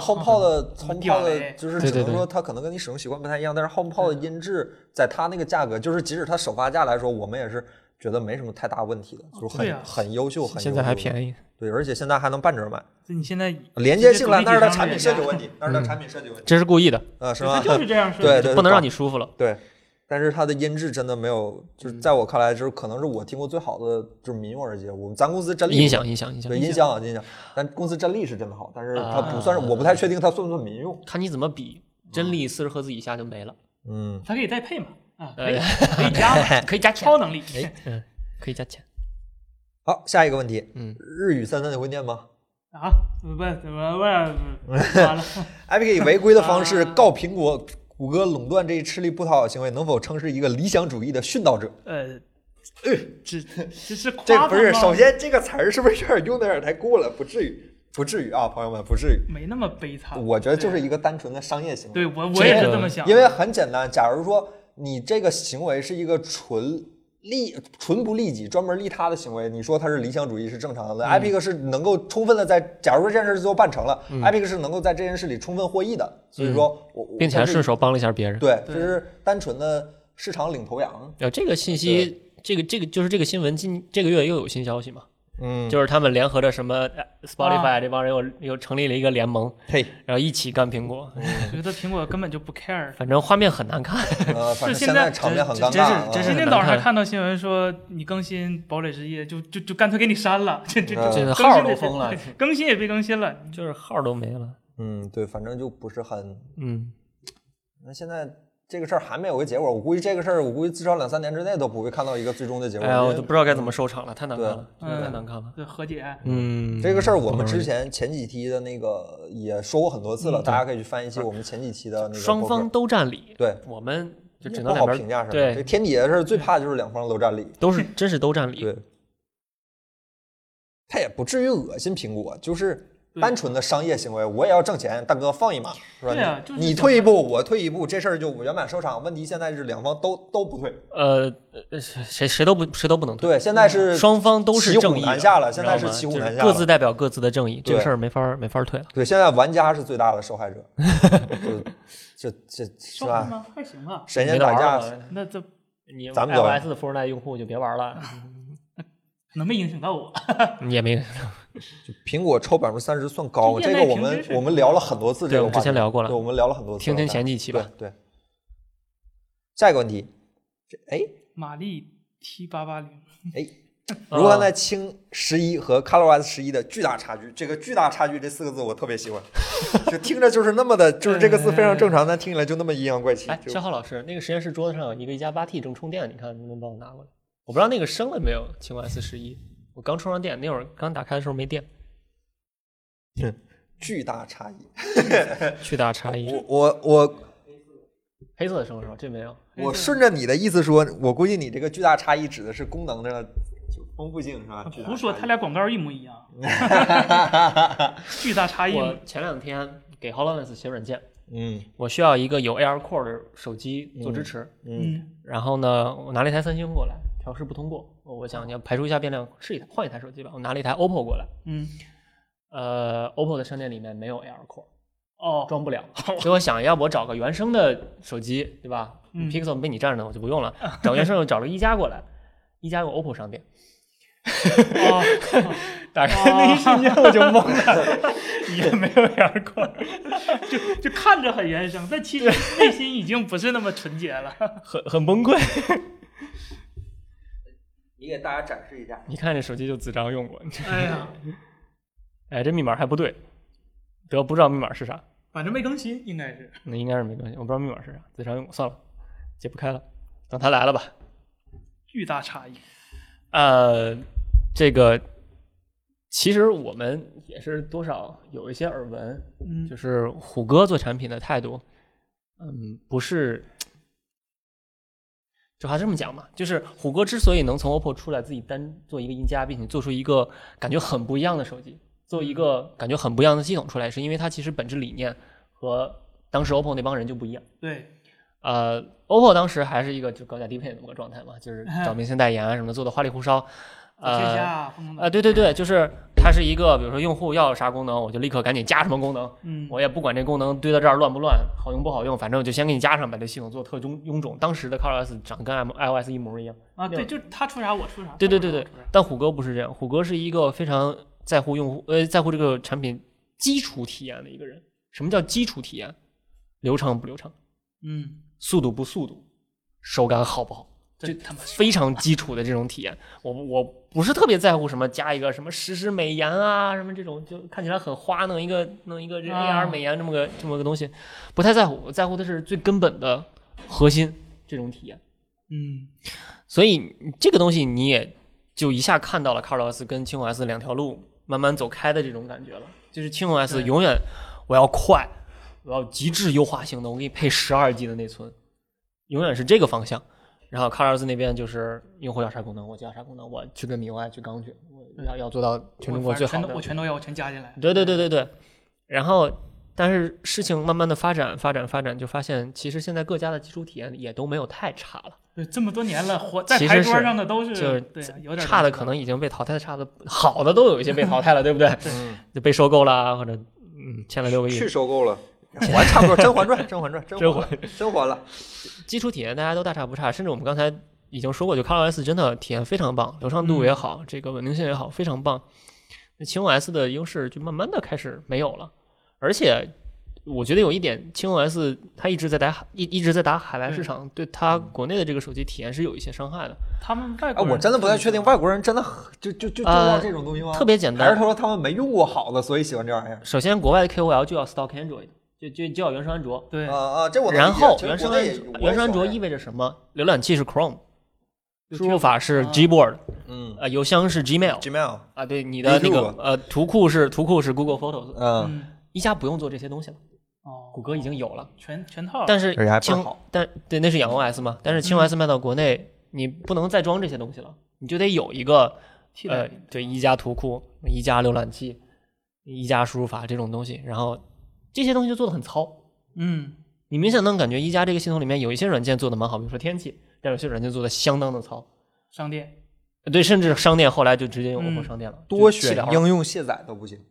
HomePod 就是只能说它可能跟你使用习惯不太一样，但是 HomePod 的音质在它那个价格，就是即使它首发价来说，我们也是觉得没什么太大问题的，就是很优秀， 现在还便宜。 对，而且现在还能半折买。 你现在连接性了，那是它产品设计问题， 这是故意的， 是吧？ 就是这样设计， 对， 不能让你舒服了。 对。但是它的音质真的没有，就是在我看来，就是可能是我听过最好的，就是民用耳机。咱公司真力音响， 对音响，但公司真力是真的好，但是它不算是，我不太确定它算不算民用。 看你怎么比，真力40赫兹以下就没了。 它可以再配嘛？可以加， 可以加钱， 超能力。 可以加钱。 好，下一个问题，日语33你会念吗？ 怎么完了 ？Epic 以违规的方式告苹果。谷歌垄断这一吃力不讨好行为，能否称是一个理想主义的殉道者？ 这是夸这不是。首先，这个词儿是不是有点用的有点太过了？不至于啊，朋友们，不至于。 没那么悲惨。 我觉得就是一个单纯的商业行为。 对，我也是这么想。 因为很简单，假如说你这个行为是一个纯不利己、专门利他的行为，你说它是理想主义是正常的。Epic 是能够充分的在，假如说这件事最后办成了，Epic 是能够在这件事里充分获益的。所以说并且还顺手帮了一下别人。 对，就是单纯的市场领头羊。 这个信息，这个就是这个新闻，这个月又有新消息嘛？就是他们联合着什么 Spotify 这帮人又成立了一个联盟，然后一起干苹果。 我觉得苹果根本就不 care， 反正画面很难看。 反正现在场面很尴尬。 真是今天早上还看到新闻说，你更新堡垒之夜就干脆给你删了， 这号都封了， 更新也别更新了， 就是号都没了。 对，反正就不是很那现在这个事儿还没有个结果，我估计这个事儿，至少2-3年之内都不会看到一个最终的结果。 我都不知道该怎么收场了，太难看了，太难看了。 对，和解。 这个事儿我们之前前几期的那个也说过很多次了，大家可以去翻一期我们前几期的那个。 双方都占理， 对， 我们就只能不好评价什么。 对， 这天底下的事儿最怕就是两方都占理， 真是都占理。 对，他也不至于恶心苹果，就是单纯的商业行为，我也要挣钱，大哥放一马，是吧？ 对啊， 你退一步，我退一步，这事儿就圆满收场。问题现在是两方都不退， 谁都不能退。 对，现在是双方都是正义南下了，现在是骑虎难下， 各自代表各自的正义，这个事儿没法退了。 对，现在玩家是最大的受害者，这是吧？ 还行吧， 神仙打架， 那这咱们 iOS 的富二代用户就别玩了。 能没影响到我？ 也没影响到。 就苹果抽30%算高，这个我们聊了很多次，这个话题之前聊过了， 对，我们聊了很多次。 听前几期吧。 对。下一个问题， 马力 T880， 如何在轻11和 ColorOS 11的巨大差距？这个巨大差距这4个字我特别喜欢，就听着就是那么的，就是这个字非常正常，但听起来就那么阴阳怪气。 肖浩老师，那个实验室桌子上有一个1.8T 正充电，你看能不能帮我拿过来？我不知道那个升了没有，轻 OS11，我刚充上电，那会儿刚打开的时候没电。 巨大差异， 巨大差异。 我黑色的升是吧？这没有。 我顺着你的意思说，我估计你这个巨大差异指的是功能的丰富性是吧？ 胡说，他俩广告一模一样。巨大差异。 我前2天给 HoloLens 写软件。我需要一个有 AR Core 的手机做支持。然后呢，我拿了一台3星过来，调试不通过。我想要排除一下变量，换一台手机吧。我拿了一台 OPPO 过来。OPPO 的商店里面没有 AR Core，装不了。所以我想要不我找个原生的手机，对吧？Pixel 被你占着，我就不用了。找原生我找了1加过来，1加有 OPPO 商店。打开那一瞬间我就懵了，也没有AR Core， 就看着很原生，但其实内心已经不是那么纯洁了， 很崩溃。 你给大家展示一下， 你看这手机就子章用过。 哎呀， 这密码还不对，不知道密码是啥， 反正没更新，应该是。 那应该是没更新，我不知道密码是啥，子章用过，算了，解不开了，等他来了吧。 巨大差异。 这个其实我们也是多少有一些耳闻，就是虎哥做产品的态度，不是， 就还是这么讲嘛，就是虎哥之所以能从 OPPO 出来自己单做一个赢家，并且做出一个感觉很不一样的手机，做一个感觉很不一样的系统出来，是因为它其实本质理念和当时 OPPO 那帮人就不一样。 对。 OPPO 当时还是一个就高价低配的那么个状态嘛，就是找明星代言啊什么的，做的花里胡哨。对对对，就是它是一个，比如说用户要有啥功能，我就立刻赶紧加什么功能，我也不管这功能堆到这儿乱不乱，好用不好用，反正我就先给你加上，把这系统做特臃肿。当时的 ColorOS 长得跟 iOS 一模一样啊，对，就是他出啥我出啥。 对对对对，但虎哥不是这样，虎哥是一个非常在乎用户在乎这个产品基础体验的一个人。什么叫基础体验？流畅不流畅？速度不速度？手感好不好？就非常基础的这种体验，我不是特别在乎什么加一个什么实时美颜啊，什么这种就看起来很花，弄一个 AR 美颜这么个东西，不太在乎。我在乎的是最根本的核心这种体验。所以这个东西你也就一下看到了 ColorOS 跟轻 OS 两条路慢慢走开的这种感觉了。就是轻 OS 永远我要快，我要极致优化性能，我给你配12G 的内存，永远是这个方向。然后 ColorOS 那边就是用户要啥功能我就要啥功能，我去跟MIUI去刚去，我要做到全中国最好的， 我全都要，我全加进来。 对对对对对。然后但是事情慢慢的发展，就发现其实现在各家的基础体验也都没有太差了。 对，这么多年了，在牌桌上的都是就是对有点差的，可能已经被淘汰的差的，好的都有一些被淘汰了，对不对？就被收购了，或者欠了6个亿， 去收购了。还差不多，《甄嬛传》甄嬛了。 基础体验大家都大差不差，甚至我们刚才已经说过，就 ColorOS 真的体验非常棒，流畅度也好，这个稳定性也好，非常棒。轻 OS 的优势就慢慢的开始没有了，而且我觉得有一点，轻 OS 它一直在打海外市场，对它国内的这个手机体验是有一些伤害的。 他们外国人， 我真的不太确定，外国人真的就要这种东西吗？ 特别简单， 还是说他们没用过好的，所以喜欢这玩意儿？ 首先，国外的 KOL 就要 stock Android。就要原生安卓， 对这我然后原生安卓意味着什么？浏览器是 Chrome， 输入法是 Gboard， 邮箱是 Gmail 啊，对，你的那个图库是 Google Photos，一加不用做这些东西了，谷歌已经有了全套， 但是对，那是养 OS 嘛，但是轻 OS 卖到国内，你不能再装这些东西了，你就得有一个对，一加图库，一加浏览器，一加输入法这种东西，然后这些东西就做得很糙，你明显能感觉一加这个系统里面有一些软件做得蛮好，比如说天气，但有些软件做得相当的糙。 商店， 对，甚至商店后来就直接用 OPPO 商店了， 多选应用卸载都不行。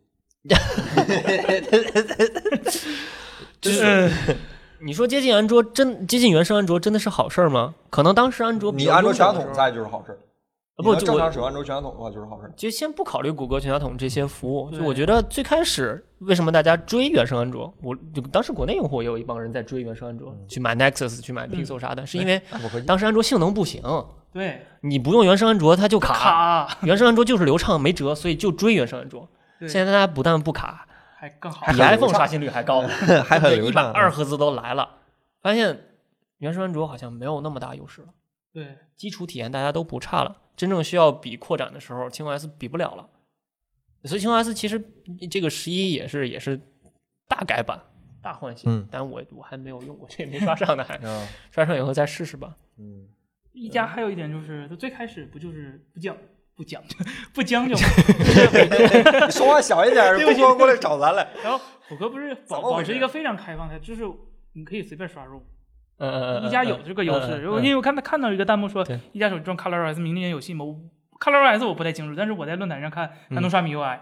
就是你说接近原生安卓真的是好事吗？可能当时安卓你安卓全家桶在就是好事。 不， 正常使用安卓全家桶的话就是好事。 就先不考虑谷歌全家桶这些服务，就我觉得最开始为什么大家追原生安卓，就当时国内用户也有一帮人在追原生安卓，去买 Nexus 去买 Pixel 啥的，是因为当时安卓性能不行。 对， 你不用原生安卓它就卡，原生安卓就是流畅没辙，所以就追原生安卓。现在大家不但不卡， 还更好， 比 iPhone 刷新率还高， 还很流畅 ，120赫兹都来了。发现原生安卓好像没有那么大优势了。 对， 基础体验大家都不差了，真正需要比扩展的时候，轻 OS 比不了了。所以轻 OS 其实这个11也是大改版、大换新，但我还没有用过，这也没刷上呢，还刷上以后再试试吧。 一加还有一点就是，它最开始不就是不将就吗？ 你说话小一点，不光过来找咱来。 然后谷歌不是保持一个非常开放的，就是你可以随便刷入。一加有这个优势，因为我看到一个弹幕说一加手机装 ColorOS 明年有戏吗？ColorOS 我不太清楚，但是我在论坛上看它能刷 MIUI，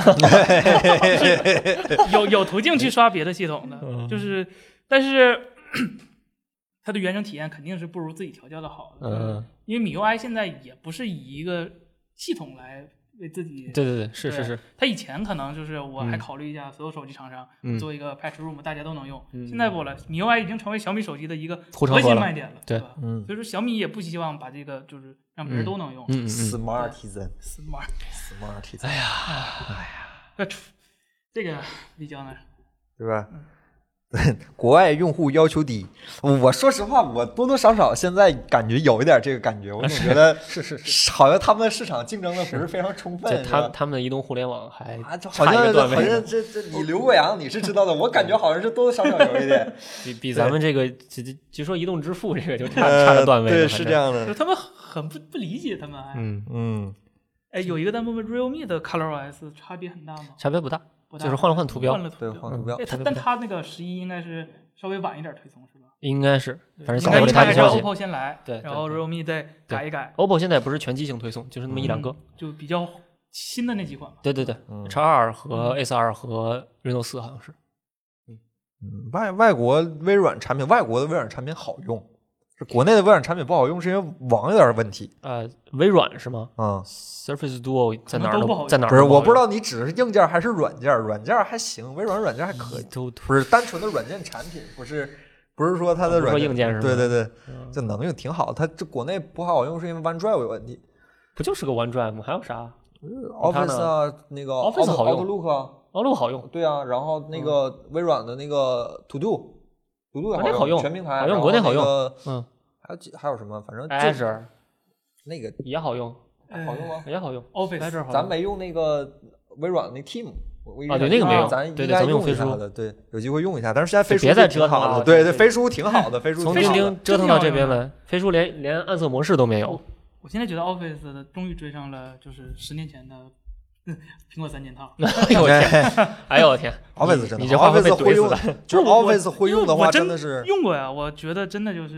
有途径去刷别的系统的，就是但是它的原生体验肯定是不如自己调教的好的，因为 MIUI 现在也不是以一个系统来为自己， 对，是。 他以前可能就是我还考虑一下所有手机厂商做一个 Patch Room，大家都能用。现在不了，MIUI 已经成为小米手机的一个核心卖点了，对吧？所以说小米也不希望把这个就是让别人都能用。 Smartisan， 哎呀， 这个比较呢， 对吧？ 国外用户要求低。我说实话，我多多少少现在感觉有一点这个感觉，我总觉得是， 好像他们市场竞争的不是非常充分。 他们的移动互联网还好像这你刘国阳你是知道的，我感觉好像是多多少少有一点比咱们这个就说移动支付这个就差着段位。 对，是这样的。 他们很不理解他们。哎，有一个弹幕问 Realme 的 ColorOS 差别很大吗？ 差别不大，就是换了图标。 对，换了图标。 但它那个11应该是稍微晚一点推送是吧？ 应该是，反正应该大是 OPPO 先来， 对， 然后 Realme 再改一改。 OPPO 现在不是全机型推送，就是那么1-2个， 就比较新的那几款。 对，X2和 S2和 Reno 4好像是。 外国微软产品，外国的微软产品好用。是国内的微软产品不好用，是因为网有点问题。 微软是吗？Surface Duo 在哪儿？在哪儿？ 不是，我不知道你指的是硬件还是软件。软件还行，微软软件还可以，不是单纯的软件产品，不是说它的软硬件是吗？ 对，这能用挺好。它这国内不好用，是因为 OneDrive 有问题。 不就是个 OneDrive 吗？还有啥 ？Office 啊，那个 Office 好用 ，Outlook 啊 ，Outlook 好用。 对啊，然后那个微软的那个 To Do。 国内好用， 全平台好用，国内好用。 还有什么？反正 Azure 那个也好用， 好用吗？ 也好用。 Office 咱没用那个微软那 Team。 对，那个没用。 咱应该用一下的，对，有机会用一下。但是现在飞书别再折腾了。 对，飞书挺好的，飞书从钉钉折腾到这边来，飞书连暗色模式都没有。 我现在觉得 Office 的终于追上了，就是10年前的。苹果3件套。 哎呦我天！哎呦我天 ！Office 真的， 你这话会被会用的，就是 Office 会用的话，真的是用过呀。我觉得真的就是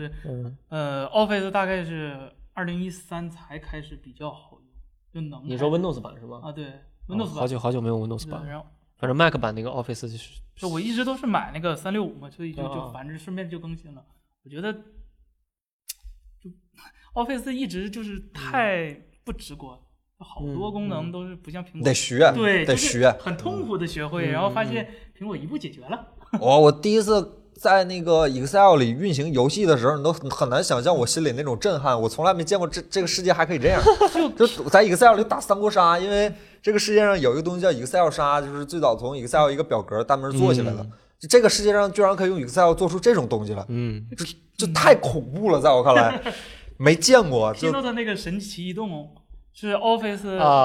，Office 大概是2013才开始比较好用，就能。 你说 Windows 版是吗？ 啊，对 ，Windows 版。 好久没有 Windows 版。反正 Mac 版那个 Office 就是。 就我一直都是买那个365嘛，所以就反正顺便就更新了。我觉得，就 Office 一直就是太不直观。好多功能都是不像苹果， 得学， 对， 得学， 很痛苦的学会，然后发现苹果一步解决了。 我第一次在那个 Excel 里运行游戏的时候，你都很难想象我心里那种震撼。我从来没见过这个世界还可以这样，就在 Excel 里打三国杀，因为这个世界上有一个东西叫 Excel 杀，就是最早从 Excel 一个表格单门做起来的。这个世界上居然可以用 Excel 做出这种东西来，这太恐怖了，在我看来没见过。 Keynote 那个神奇移动。是 Office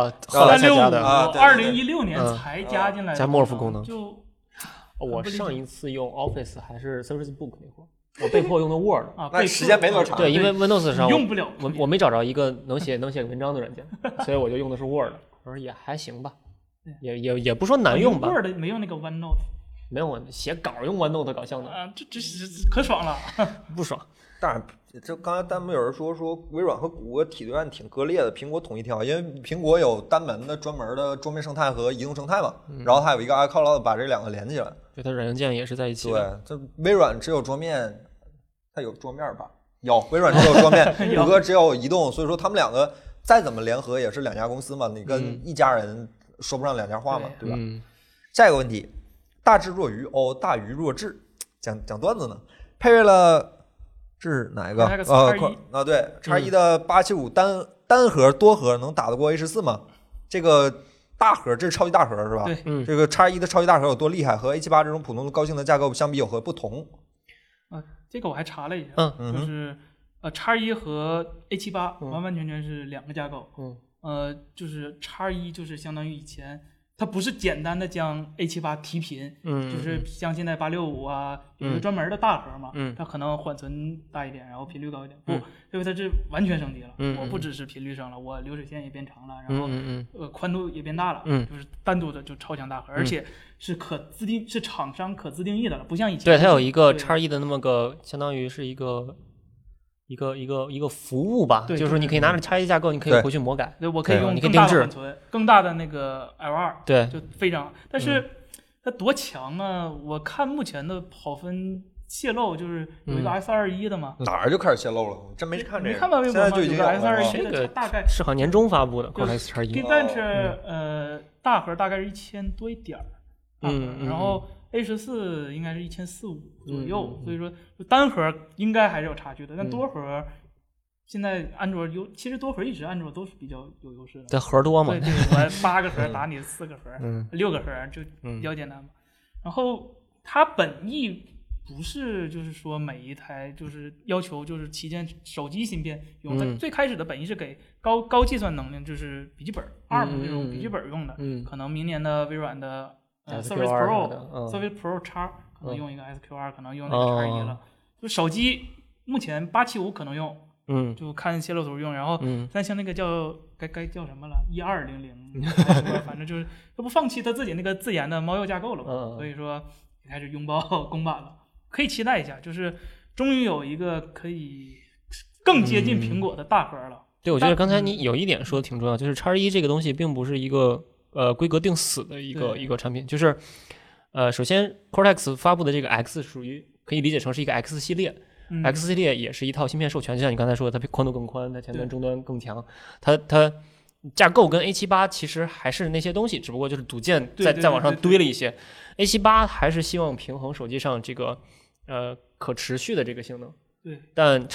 365 2016年才加进来的， 加默夫功能。 就我上一次用 Office 还是 Surface Book 那会儿，我被迫用的 Word 那时间没多长。 对，因为 Windows 上用不了， 我没找着一个能写文章的软件，所以我就用的是 Word。我说也还行吧，也不说难用吧。 Word 没用那个 OneNote， 没有写稿用 OneNote 搞笑的啊，这可爽了， 不爽。 当然，这刚才弹幕有人说微软和谷歌体对岸挺割裂的，苹果统一挺好，因为苹果有单门的专门的桌面生态和移动生态嘛，然后它有一个 iCloud 把这两个连起来。 对，它软硬件也是在一起的。对，这微软只有桌面，它有桌面吧？有，微软只有桌面，谷歌只有移动，所以说他们两个再怎么联合也是两家公司嘛，你跟一家人说不上两家话嘛，对吧？下一个问题，大智若愚，大愚若智，讲段子呢，配备了。是哪一个？对，X1的875单核多核能打得过 A14 吗？这个大核，这是超级大核是吧？ 对， 这个X1的超级大核有多厉害？和 A78这种普通的高性能架构相比有何不同？ 这个我还查了一下，就是X1和 A78完完全全是两个架构。就是 X1就是相当于以前。它不是简单的将 A78 提频，就是像现在865啊，有一个专门的大核嘛，它可能缓存大一点，然后频率高一点。不，因为它是完全升级了。我不只是频率升了，我流水线也变长了，然后宽度也变大了，就是单独的就超强大核，而且是是厂商可自定义的了，不像以前。 对，它有一个X1的那么个，相当于是一个服务吧，就是你可以拿着X1架构，你可以回去魔改。 对，我可以用更大的缓存，更大的那个 L2。 对， 就非常。但是它多强啊！我看目前的跑分泄露，就是有一个 S21的嘛。 哪儿就开始泄露了？真没看这个。 没看到微博吗？有个 S21的，大概是好像年中发布的 Cortex X1。 Geekbench 大核大概是1000多一点儿，然后。A14应该是1450左右，所以说单核应该还是有差距的。但多核现在安卓其实多核一直安卓都是比较有优势的。 这核多嘛？ 对，我8个核打你4个核，6个核就比较简单嘛。然后它本意不是就是说每一台就是要求就是旗舰手机芯片用，它最开始的本意是给高计算能力，就是笔记本 ARM 这种笔记本用的，可能明年的微软的Surface Pro、Surface Pro X 可能用一个 SQ2，可能用那个 X1了。就手机目前875可能用，就看泄露图用，然后但像那个该叫什么了，1200，反正就是它不放弃它自己那个自研的猫鼬架构了嘛，所以说也开始拥抱公版了，可以期待一下，就是终于有一个可以更接近苹果的大核了。 对，我觉得刚才你有一点说的挺重要，就是 X1这个东西并不是一个规格定死的一个产品，就是首先 Cortex 发布的这个 X 属于可以理解成是一个 X 系列。X 系列也是一套芯片授权，就像你刚才说的，它宽度更宽，它前端终端更强，它架构跟 A78 其实还是那些东西，只不过就是组件再往上堆了一些。A78 还是希望平衡手机上这个可持续的这个性能。 对， 但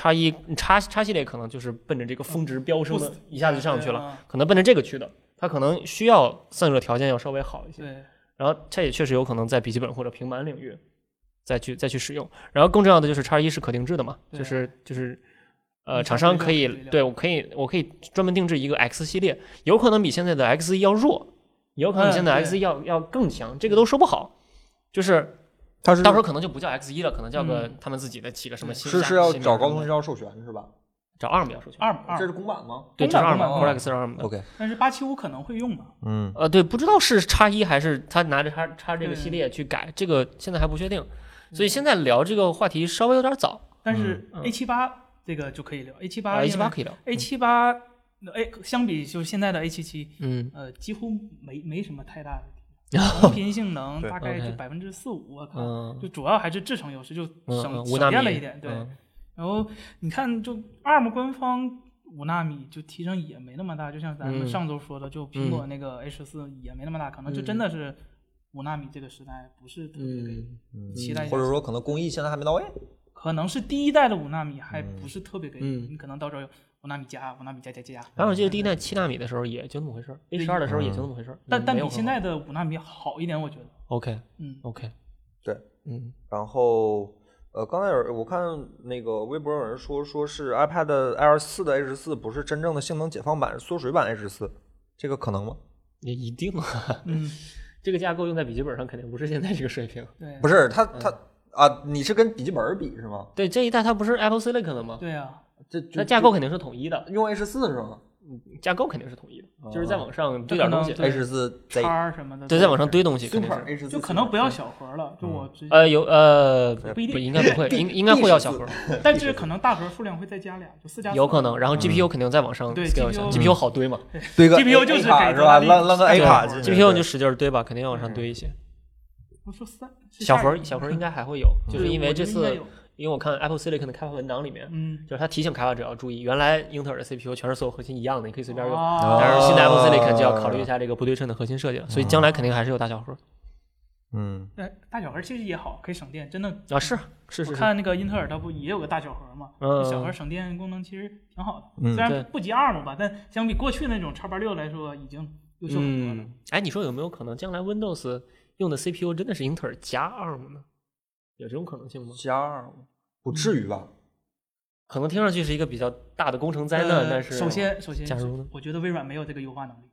X系列可能就是奔着这个峰值飙升的，一下子上去了，可能奔着这个去的，它可能需要散热条件要稍微好一些。 对， 然后它也确实有可能在笔记本或者平板领域再去使用。然后更重要的就是 X1是可定制的嘛，就是厂商可以对我可以专门定制一个 X 系列，有可能比现在的 X1要弱，有可能比现在的 X1要更强，这个都说不好。就是到时候可能就不叫 X1了，可能叫个他们自己的起个什么新是要找高通要授权是吧？ 找 ARM 要授权。 ARM 这是公版吗？ 对，这是 ARM，Cortex 是 ARM 的。 OK。 但是875可能会用嘛？ 对，不知道是X1还是他拿着X这个系列去改，这个现在还不确定。所以现在聊这个话题稍微有点早。 但是 A78这个就可以聊，A78 可以聊。 A78相比就现在的 A77，几乎没什么太大的同频性能大概就4%-5%，我看就主要还是制程优势，就省电了一点。对，然后你看，就 ARM 官方5纳米就提升也没那么大，就像咱们上周说的，就苹果那个 A14也没那么大，可能就真的是5纳米这个时代不是特别给期待， 或者说可能工艺现在还没到位， 可能是第一代的5纳米还不是特别给你可能到时候有5纳米加。 反正我记得第一代7纳米的时候也就那么回事，A12的时候也就那么回事， 但比现在的5纳米好一点，我觉得。 OK， 对，然后刚才我看那个微博有人说是 iPad Air 4的 A14不是真正的性能解放版，缩水版 A14，这个可能吗？ 也一定啊，这个架构用在笔记本上肯定不是现在这个水平。 对， 不是它你是跟笔记本比是吗？ 对，这一代它不是 Apple Silicon 的吗？ 对啊， 它架构肯定是统一的， 用 A14是吗？ 架构肯定是统一的，就是在往上堆点东西 ，A14 叉什么的， 对，在往上堆东西，肯定是就可能不要小核了，就我不一定，应该不会，应该会要小核， 但是可能大核数量会再加2，就4+4， 有可能。然后 GPU 肯定再往上， 对 ，GPU 好堆嘛， 堆个 GPU 就是给是吧？扔个 A 卡进去 ，GPU 你就使劲堆吧，肯定要往上堆一些。 我说小核应该还会有，就是因为这次。因为我看 Apple Silicon 的开发文档里面，就是他提醒开发者要注意，原来英特尔的 CPU 全是所有核心一样的，你可以随便用，但是新的 Apple Silicon 就要考虑一下这个不对称的核心设计了，所以将来肯定还是有大小核。 大小核其实也好，可以省电，真的啊，是。 我看那个英特尔它不也有个大小核嘛，小核省电功能其实挺好的，虽然不及 ARM 吧，但相比过去那种X86来说，已经优秀很多了。 哎，你说有没有可能将来 Windows 用的 CPU 真的是英特尔加 ARM 呢？有这种可能性吗？ 加2不至于吧？ 可能听上去是一个比较大的工程灾难，但是首先， 假如呢？ 我觉得微软没有这个优化能力，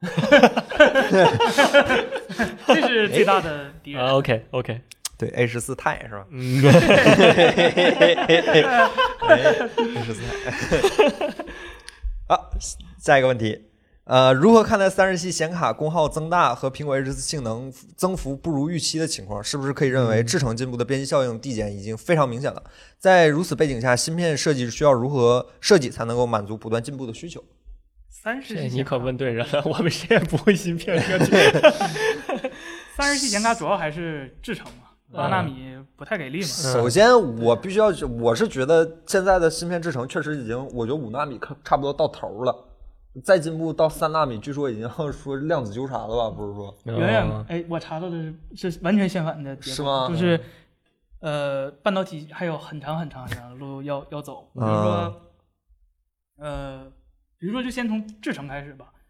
这是最大的敌人。 OK， 对 A14 钛是吧？A14 好，下一个问题。如何看待30系显卡功耗增大和苹果 A14 性能增幅不如预期的情况？是不是可以认为制程进步的边际效应递减已经非常明显了？在如此背景下，芯片设计需要如何设计才能够满足不断进步的需求 ？30系你可问对人了，我们谁也不会芯片设计。 30系显卡主要还是制程嘛，8纳米不太给力嘛。 首先，我是觉得现在的芯片制程确实已经，我觉得5纳米差不多到头了。再进步到3纳米，据说已经要说量子纠缠了吧？不是说远我查到的是完全相反的结果， 是吗？ 就是半导体还有很长的路要走。比如说就先从制程开始吧。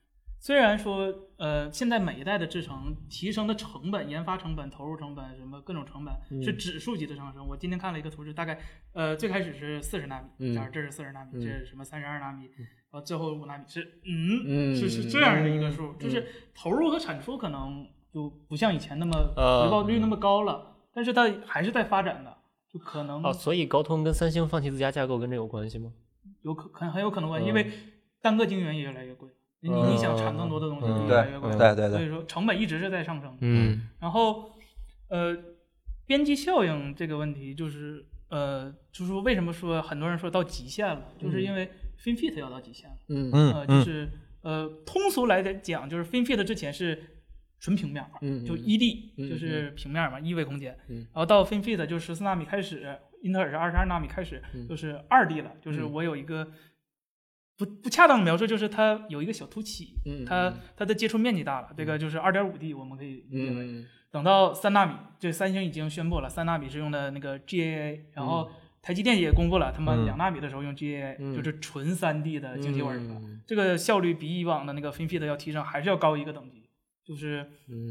虽然说现在每一代的制程提升的成本、研发成本、投入成本什么各种成本是指数级的上升。我今天看了一个图，是大概最开始是40纳米，这是40纳米，这是什么32纳米，然后最后5纳米是这样的一个数，就是投入和产出可能就不像以前那么回报率那么高了，但是它还是在发展的，就可能所以高通跟三星放弃自家架构跟这有关系吗？ 很有可能关系，因为单个晶圆也越来越贵。你想产更多的东西就越来越贵， 对， 所以说成本一直是在上升。然后边际效应这个问题就是就是为什么说很多人说到极限了，就是因为 FinFET 要到极限了。就是通俗来讲，就是 FinFET 之前是纯平面，就 ED 就是平面嘛，一维空间。然后到 FinFET 就14纳米开始，英特尔是22纳米开始，就是2D 了，就是我有一个。不恰当的描述就是它有一个小凸起，它的接触面积大了，这个就是 2.5D 我们可以理解为。等到3纳米，这三星已经宣布了3纳米是用的那个 GAA， 然后台积电也公布了他们2纳米的时候用 GAA，就是纯 3D 的晶体管了。这个效率比以往的那个 FinFET 要提升，还是要高一个等级，就是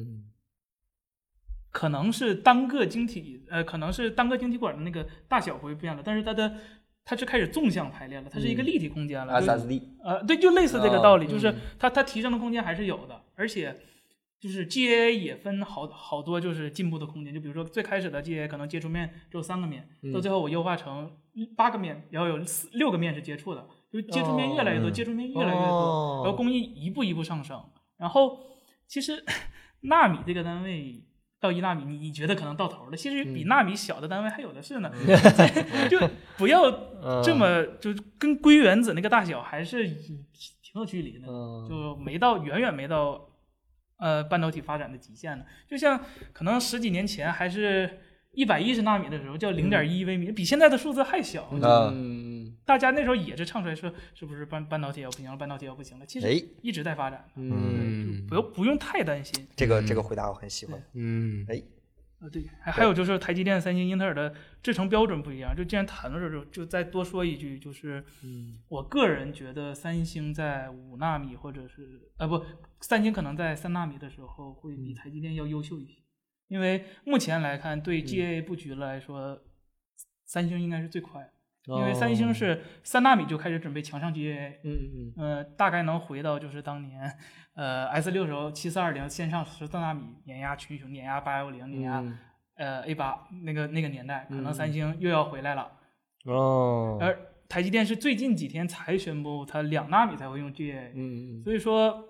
可能是单个晶体管的那个大小不会变了，但是它是开始纵向排列了，它是一个立体空间了。 SSD 对，就类似这个道理，就是它提升的空间还是有的，而且就是 GAA 也分好多就是进步的空间，就比如说最开始的 GAA 可能接触面只有3个面，到最后我优化成8个面，然后有6个面是接触的，就接触面越来越多，接触面越来越多，然后工艺一步一步上升。然后其实纳米这个单位。到1纳米，你觉得可能到头了？其实比纳米小的单位还有的是呢，就不要这么就跟硅原子那个大小还是挺有距离的，就远远没到半导体发展的极限呢。就像可能10几年前还是110纳米的时候，叫0.1微米，比现在的数字还小。大家那时候也是唱出来说，是不是半导体要不行了？半导体要不行了？其实一直在发展。不用太担心。 这个回答我很喜欢。 对，还有就是台积电、三星、英特尔的制程标准不一样。就既然谈到这，就再多说一句，就是我个人觉得三星在5纳米或者是三星可能在3纳米的时候会比台积电要优秀一些。因为目前来看，对 GAA 布局来说，三星应该是最快的。因为三星是3纳米就开始准备强上 GAA，大概能回到就是当年S6 时候7420先上14纳米碾压群雄，碾压810，碾压A8那个年代，可能三星又要回来了。而台积电是最近几天才宣布它2纳米才会用 GAA，所以说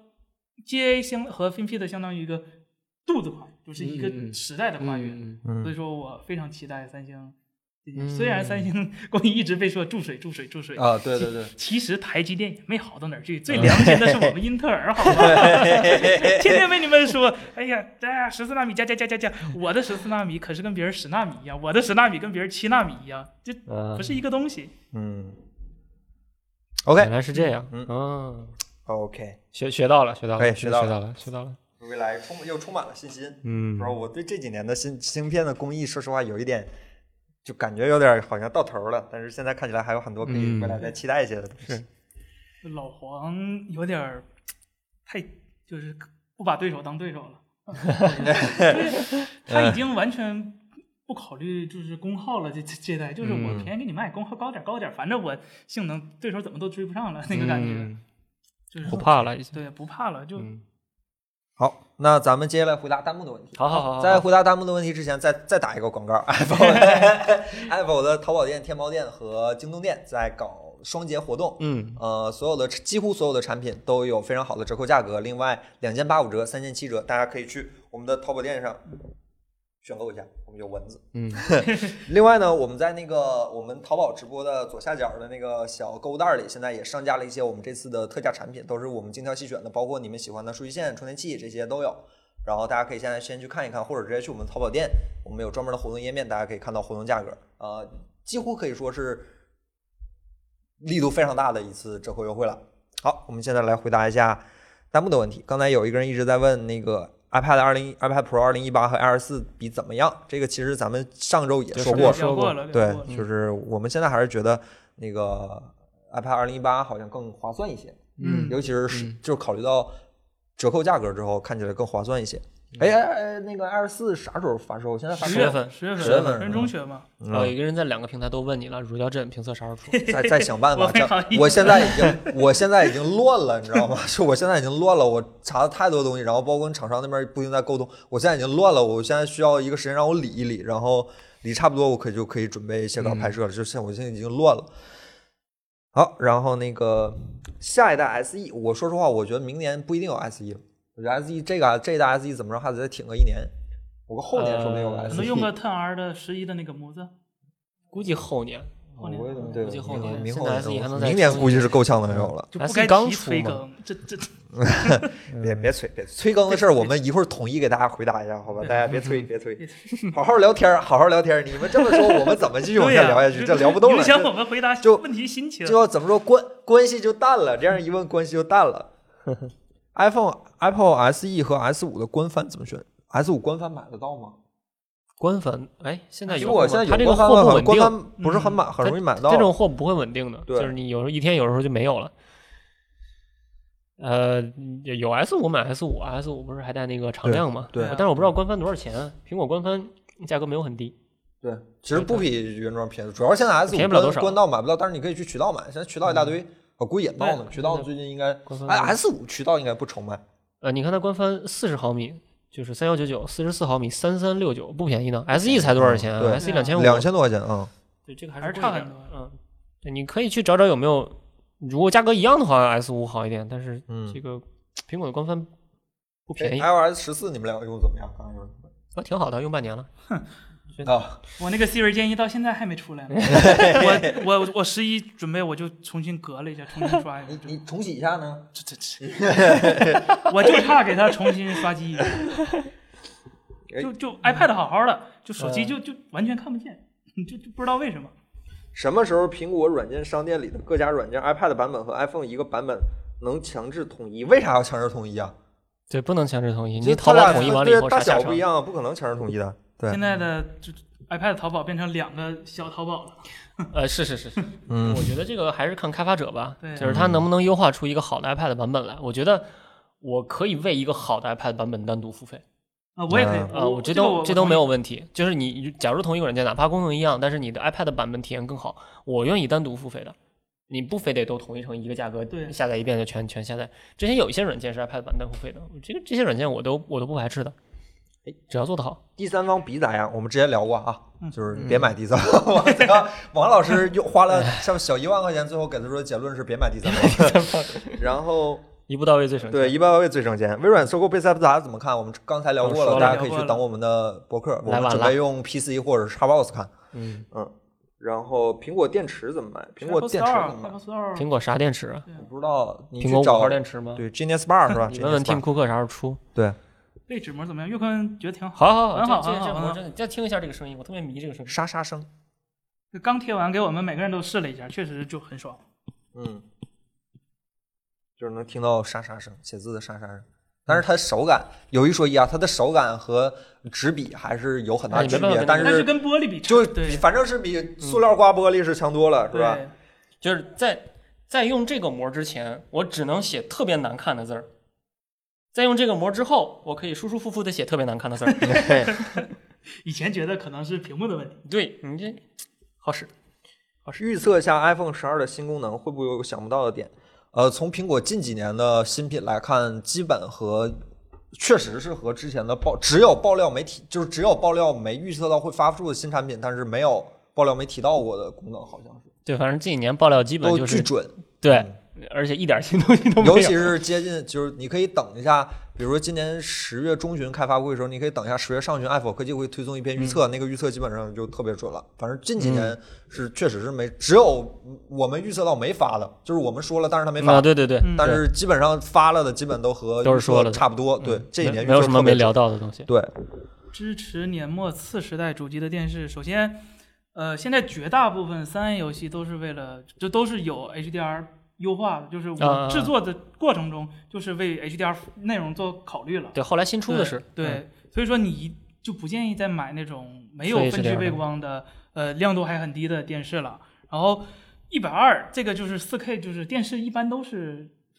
GAA 和 FinFET 相当于一个肚子跨越，就是一个时代的跨越。所以说我非常期待三星。虽然三星工艺一直被说注水啊，对， 其实台积电也没好到哪儿去，最良心的是我们英特尔，好吗？天天为你们说，哎呀，14纳米加，我的14纳米可是跟别人10纳米一样，我的10纳米跟别人7纳米一样，这不是一个东西。 OK， 原来是这样。 OK， 学到了，学到了。 未来又充满了信心。不是，我对这几年的芯片的工艺，说实话有一点。就感觉有点好像到头了，但是现在看起来还有很多可以未来再期待一些的东西。 老黄有点太就是不把对手当对手了，他已经完全不考虑就是功耗了。这代就是我便宜给你卖，功耗高点，反正我性能对手怎么都追不上了那个感觉，就是不怕了已经。 对，不怕了就。 好，那咱们接下来回答弹幕的问题。 好。 在回答弹幕的问题之前，再打一个广告。Apple 的淘宝店、天猫店和京东店在搞双节活动。几乎所有的产品都有非常好的折扣价格。另外，2件85折、3件7折，大家可以去我们的淘宝店上选购一下，我们有蚊子。另外呢，我们在我们淘宝直播的左下角的那个小购物袋里，现在也上架了一些我们这次的特价产品，都是我们精挑细选的，包括你们喜欢的数据线、充电器这些都有。然后大家可以现在先去看一看，或者直接去我们淘宝店，我们有专门的活动页面，大家可以看到活动价格。几乎可以说是力度非常大的一次折扣优惠了。好，我们现在来回答一下弹幕的问题。刚才有一个人一直在问iPad Pro 2018和 Air 4比怎么样？这个其实咱们上周也说过了。 对，就是我们现在还是觉得iPad 2018好像更划算一些。尤其是就考虑到折扣价格之后，看起来更划算一些。那个 Air4 啥时候发售？现在发售 10月份，中学嘛。 有一个人在2个平台都问你了，乳胶枕评测啥时候出？ 再想办法。我现在已经乱了，你知道吗？就我现在已经乱了，我查了太多东西，然后包括跟厂商那边不停在沟通，我现在已经乱了。我现在需要一个时间让我理一理，然后理差不多，我就可以准备写稿拍摄了。我现在已经乱了。好，然后那个下一代 SE， 我说实话，我觉得明年不一定有 SE 了。我觉得 SE 这一代 SE 怎么着还得再挺个1年，我后年说不定有 SE。 可能用个 10R 的11的那个模子， 估计后年。 对， 估计后年。 明年估计是够呛的没有了。 就不该提催更，这别催更的事儿，我们一会儿统一给大家回答一下，好吧？大家别催，好好聊天。你们这么说，我们怎么继续往下聊下去？这聊不动了。 影响我们回答问题心情。 就要怎么说关系就淡了，这样一问关系就淡了。Apple SE 和 S5 的官方怎么选 ？S5 官方买得到吗？ 官方现在有， 它这个货不稳定， 官方不是很容易买到。 这种货不会稳定的，就是你有时候一天，有时候就没有了。有 S5 买 S5 不是还带那个常亮吗？ 对， 但是我不知道官方多少钱，苹果官方价格没有很低。 对，其实不比原装便宜，主要是现在 S5 官道买不到，但是你可以去渠道买，现在渠道一大堆，我估计也闹呢。渠道最近应该，S5 渠道应该不愁卖。 你看它官方40毫米。就是3199 44毫米3369不便宜呢 ，SE 才多少钱啊？SE 2000多块钱啊。 对，这个还是差很多。对，你可以去找找有没有，如果价格一样的话 ，S5 好一点，但是这个苹果的官方不便宜。 iOS 14你们俩用怎么样？刚刚说挺好的，用半年了。 我那个 Siri 建议到现在还没出来呢。我11准备我就重新隔了一下，重新刷一下。 你重启一下呢？ 我就差给他重新刷机。就 iPad 好好的，就手机就完全看不见，就不知道为什么。 什么时候苹果软件商店里的各家软件 iPad 版本和 iPhone 一个版本能强制统一？为啥要强制统一啊？ 对，不能强制统一。你淘宝统一完了以后， 大小不一样，不可能强制统一的。对， 现在的就 iPad 淘宝变成2个小淘宝了。 是。我觉得这个还是看开发者吧，就是他能不能优化出一个好的 iPad 版本来。我觉得我可以为一个好的 iPad 版本单独付费。 我也可以。 我觉得这都没有问题。就是你假如同一个软件，哪怕功能一样，但是你的 iPad 版本体验更好，我愿意单独付费的。你不非得都统一成一个价格，下载一遍就全下载。之前有一些软件是 iPad 版单付费的，这些软件我都不排斥的。只要做得好。 第三方比咋样？我们之前聊过啊，就是别买第三方。王老师又花了像小1万块钱，最后给他说结论是别买第三方。然后一步到位最省钱。 对，一步到位最省钱。微软收购贝塞斯达怎么看？我们刚才聊过了，大家可以去等我们的博客。我们准备用 PC 或者是 Xbox 看。然后苹果电池怎么买？苹果电池怎么买？ 苹果啥电池啊？ 我不知道。 苹果5号电池吗？ 对 ，Genius Bar 是吧？ 你问问 Tim Cook 啥时候出？ 对。 背纸膜怎么样？岳坤觉得挺好。 好， 很好。 再听一下这个声音，我特别迷这个声音。 沙沙声。 刚贴完，给我们每个人都试了一下，确实就很爽。 就是能听到沙沙声，写字的沙沙声。但是它手感有一说一啊，它的手感和纸笔还是有很大区别，但是跟玻璃比， 就反正是比塑料刮玻璃是强多了，是吧？ 就是在用这个膜之前，我只能写特别难看的字儿。在用这个膜之后，我可以舒舒服服的写特别难看的字儿。 以前觉得可能是屏幕的问题， 对你这好使。 预测一下 iPhone 12的新功能，会不会有想不到的点？从苹果近几年的新品来看，基本确实是和之前的只有爆料没预测到会发出的新产品，但是没有爆料没提到过的功能，好像是。 对，反正这几年爆料基本就是都巨准。 对。而且一点新东西都没有， 尤其是接近，就是你可以等一下，比如说今年10月中旬开发布会的时候，你可以等一下10月上旬，爱否科技会推送一篇预测，那个预测基本上就特别准了。反正近几年是确实是只有我们预测到没发的，就是我们说了，但是他没发。 对。 但是基本上发了的，基本都和预测差不多。对，这一年没有什么没聊到的东西。 对， 支持年末次时代主机的电视，首先，现在绝大部分3A 游戏都是都是有 HDR。优化的，就是我制作的过程中，就是为 HDR 内容做考虑了。 对，后来新出的是。 对，所以说你就不建议再买那种没有分区背光的，亮度还很低的电视了。然后120这个就是4K，就是电视一般都是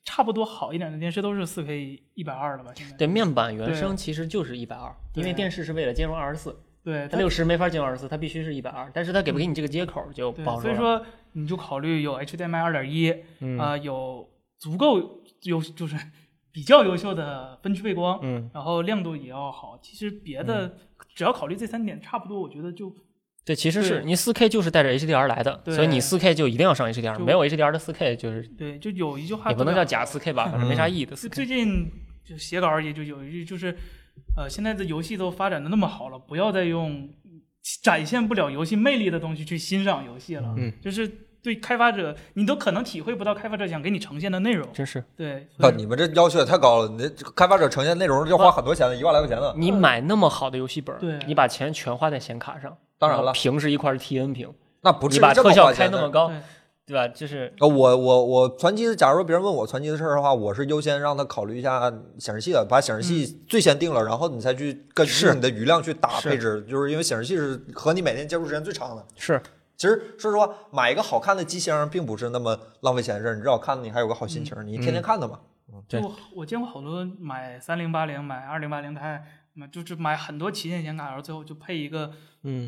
差不多好一点的电视都是4K 120了吧？现在对，面板原生其实就是120，因为电视是为了兼容24。 对， 它60没法兼容24，它必须是120，但是它给不给你这个接口就不好说了。 所以说你就考虑有 HDMI 2.1，有足够就是比较优秀的分区背光，然后亮度也要好。其实别的只要考虑这3点，差不多我觉得就。 对，其实是你4K 就是带着 HDR 来的，所以你4K 就一定要上 HDR， 没有 HDR 的4K 就是对，就有一句话也不能叫假4K 吧，反正没啥意义的 4K。 最近就写稿也就有一句就是现在的游戏都发展的那么好了，不要再用展现不了游戏魅力的东西去欣赏游戏了。就是对开发者，你都可能体会不到开发者想给你呈现的内容。 真是。 对。 你们这要求也太高了，你这开发者呈现内容要花很多钱的，1万来块钱的。 你买那么好的游戏本， 对， 你把钱全花在显卡上， 当然了， 屏是一块 TN 屏， 那不至于你把特效开那么高。对吧？就是我传机，假如别人问我传机的事儿的话，我是优先让他考虑一下显示器的，把显示器最先定了，然后你才去根据你的余量去打配置，就是因为显示器是和你每天接触时间最长的。 是， 其实说实话，买一个好看的机箱并不是那么浪费钱的事儿，你至少看你还有个好心情，你天天看的嘛。 就我见过好多买3080、买2080就是买很多旗舰显卡，然后最后就配一个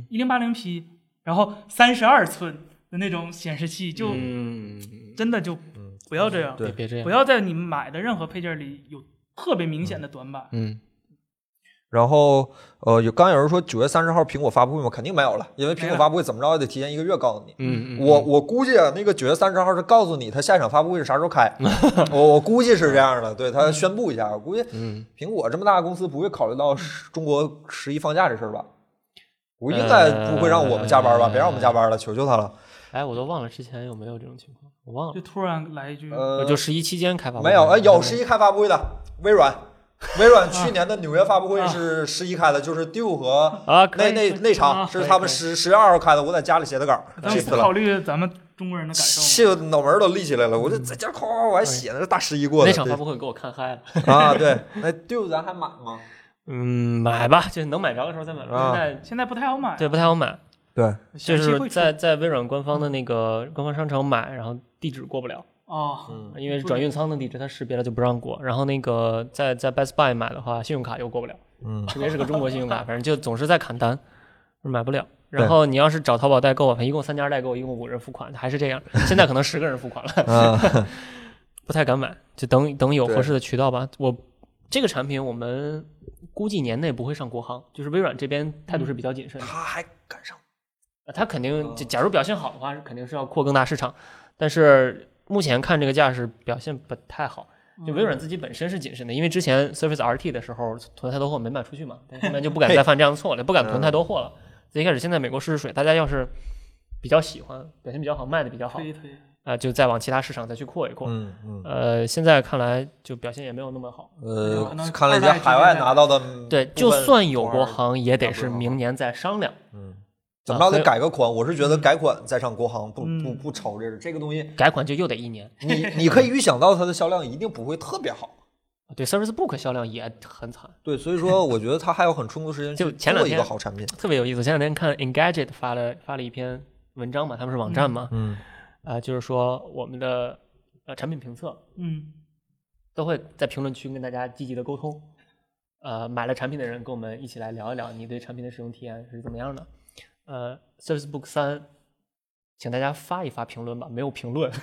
1080P，然后32寸。的那种显示器就真的就不要这样， 对，别这样， 不要在你买的任何配件里有特别明显的短板。 然后刚有人说9月30号苹果发布会吗？肯定没有了，因为苹果发布会怎么着也得提前1个月告诉你。我估计那个9月30号是告诉你他下一场发布会是啥时候开，我估计是这样的，对他宣布一下。我估计苹果这么大的公司不会考虑到中国11放假这事儿吧？我应该不会让我们加班吧？别让我们加班了，求求他了。 哎，我都忘了之前有没有这种情况，我忘了。 就突然来一句， 就11期间开发布会没有？有11开发布会的，微软去年的纽约发布会是11开的，就是 Duke 和那场是他们10月2号开的，我在家里写的稿，气死了。 考虑咱们中国人的感受， 气得脑门都立起来了。我就在家我还写的是大11过的。 那场发布会给我看嗨了啊！对，那 Duke 咱还买吗？ 买吧，就是能买着的时候再买吧。 现在不太好买， 对，不太好买。 对， 就是在微软官方的那个官方商城买，然后地址过不了因为转运仓的地址它识别了就不让过。然后那个在 Best Buy 买的话，信用卡又过不了，特别是个中国信用卡，反正就总是在砍单，买不了。然后你要是找淘宝代购，一共3家代购，一共5人付款，还是这样。现在可能10个人付款了，不太敢买，就等有合适的渠道吧。这个产品我们估计年内不会上国行，就是微软这边态度是比较谨慎的。 他还敢上？ 他肯定，假如表现好的话，肯定是要扩更大市场。但是目前看这个架势表现不太好，就微软自己本身是谨慎的，因为之前 Surface RT 的时候囤太多货没卖出去嘛，但现在就不敢再犯这样的错了，不敢囤太多货了。最开始现在美国试试水，大家要是比较喜欢，表现比较好，卖的比较好，就再往其他市场再去扩一扩。现在看来就表现也没有那么好。 看了一些海外拿到的， 对，就算有国行，也得是明年再商量。 怎么着得改个款？我是觉得改款再上国行不愁这个东西。 改款就又得1年。 你可以预想到它的销量一定不会特别好。 对 ，Surface Book 销量也很惨。 对，所以说我觉得它还有很充足时间去做一个好产品。 特别有意思，前2天看 Engadget 发了一篇文章嘛，他们是网站嘛，就是说我们的产品评测，都会在评论区跟大家积极的沟通。买了产品的人跟我们一起来聊一聊你对产品的使用体验是怎么样的。Surface Book 3，请大家发一发评论吧，没有评论。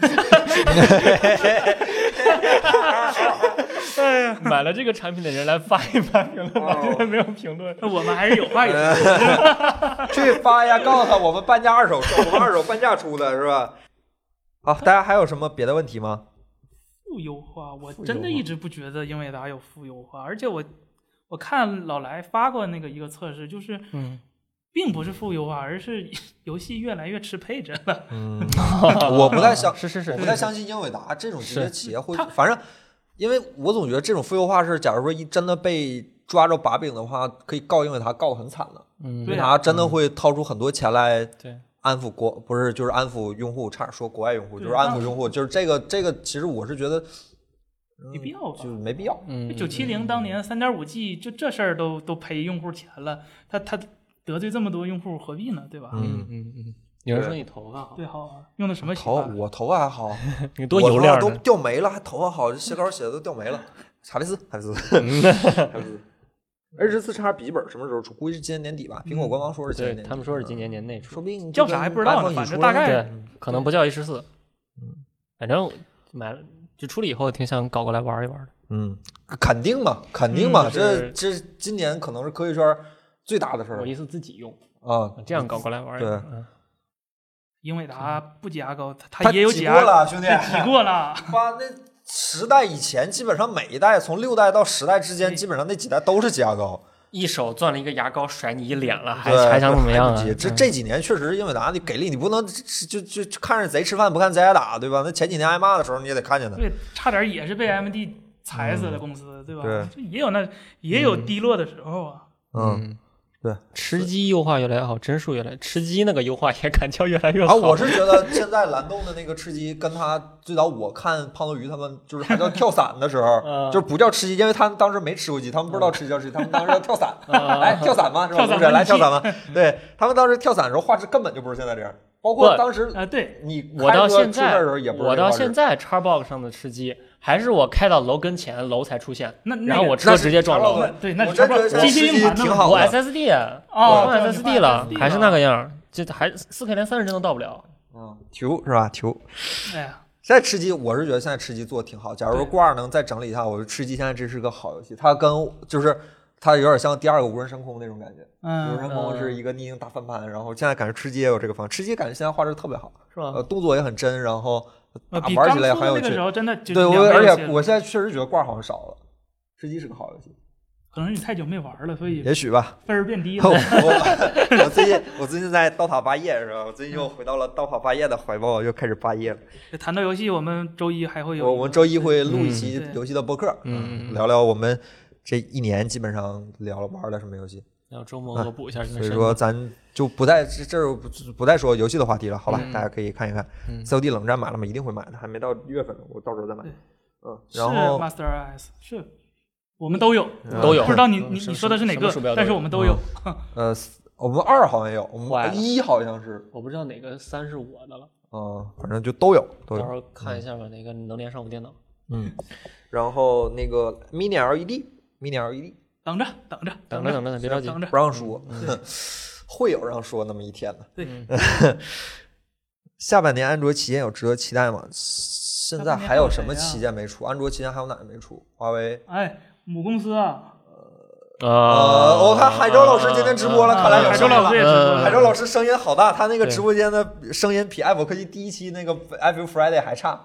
买了这个产品的人来发一发评论吧，现在没有评论， 我们还是有话语权。 去发呀，告诉他我们半价二手，我们二手半价出的是吧？好，大家还有什么别的问题吗？ 负优化，我真的一直不觉得英伟达有负优化，而且我看老来发过那个一个测试，就是并不是负优化，而是游戏越来越吃配置了。 我不太相是， 我不太相信英伟达这种这些企业会，反正因为我总觉得这种负优化是，假如说真的被抓着把柄的话，可以告英伟达告得很惨的。英伟达真的会掏出很多钱来安抚就是安抚用户，差点说国外用户，就是安抚用户，就是这个其实我是觉得没必要吧， 就没必要。 970当年 3.5G 就这事儿都赔用户钱了，他得罪这么多用户何必呢？对吧？ 有人说你头发好， 对，好，用的什么洗发？ 我头发还好， 你多油亮， 都掉没了，还头发好，写稿写的都掉没了。哈维斯，H4 叉笔记本什么时候出？估计是今年年底吧。苹果官方说是今年年底， 他们说是今年年内出， 说不定叫啥还不知道呢，反正大概对，可能不叫 H4。反正买了就出了以后，挺想搞过来玩一玩的。 肯定嘛，这今年可能是科技圈最大的事儿。 我意思自己用啊， 这样搞过来玩。 对， 英伟达不挤牙膏，它也有挤过了，兄弟， 挤过了。 那10代以前，基本上每一代从6代到10代之间，基本上那几代都是挤牙膏。 一手攥了一个牙膏甩你一脸了，还想怎么样啊？ 这几年确实英伟达的给力，你不能就看着贼吃饭不看贼挨打，对吧？那前几年挨骂的时候你也得看见他。 对，差点也是被 AMD 踩死的公司，对吧？对，也有低落的时候啊。 对， 吃鸡优化越来越好，帧数越来，吃鸡那个优化也感觉越来越好。 我是觉得现在蓝洞的那个吃鸡，跟他最早我看胖头鱼他们就是还叫跳伞的时候，就是不叫吃鸡，因为他们当时没吃过鸡，他们不知道吃鸡叫吃鸡，他们当时叫跳伞。来跳伞吗？是吧？来跳伞吗？对他们当时跳伞的时候画质根本就不是现在这样。包括当时对我到现在 Xbox 上的吃鸡，还是我开到楼跟前，楼才出现，然后我车直接撞楼。 对，那机器硬盘挺好。 我 SSD 换 SSD 了，还是那个样，这还4K 连30帧都到不了。 图是吧？图。 哎呀， 现在吃鸡，我是觉得现在吃鸡做的挺好。假如说挂能再整理一下，我觉得吃鸡现在这是个好游戏。它它有点像第2个无人升空那种感觉。无人升空是一个逆境大翻盘，然后现在感觉吃鸡也有这个方，吃鸡感觉现在画质特别好， 是吧？ 动作也很真，然后玩起来也很有趣。 对， 而且我现在确实觉得挂好像少了。吃鸡是个好游戏， 可能是你太久没玩了，所以也许吧， 分儿变低了。 我最近在刀塔8夜是吧？我最近又回到了刀塔8夜的怀抱，又开始8夜了。 谈到游戏，我们周一还会有， 我们周一会录一期游戏的播客，聊聊我们这一年基本上玩了什么游戏。 然后周末恶补一下， 所以说咱就不再说游戏的话题了，好吧？大家可以看一看。COD 冷战买了吗？一定会买的，还没到月份呢，我到时候再买。然后 Master S 是我们都有，不知道你说的是哪个，但是我们都有。 我们2好像有，我们1好像是， 我不知道哪个3是我的了。 反正就都有。 到时候看一下吧，哪个能连上我电脑。 然后那个 Mini LED。 等着， 别着急， 不让说，会有让说那么一天的。 对， 下半年安卓旗舰有值得期待吗？现在还有什么旗舰没出？安卓旗舰还有哪个没出？华为？ 母公司啊。 我看海州老师今天直播了，看来有海州老师也直播了。 海州老师声音好大，他那个直播间的声音比爱博科技第1期那个 iFeel Friday 还差。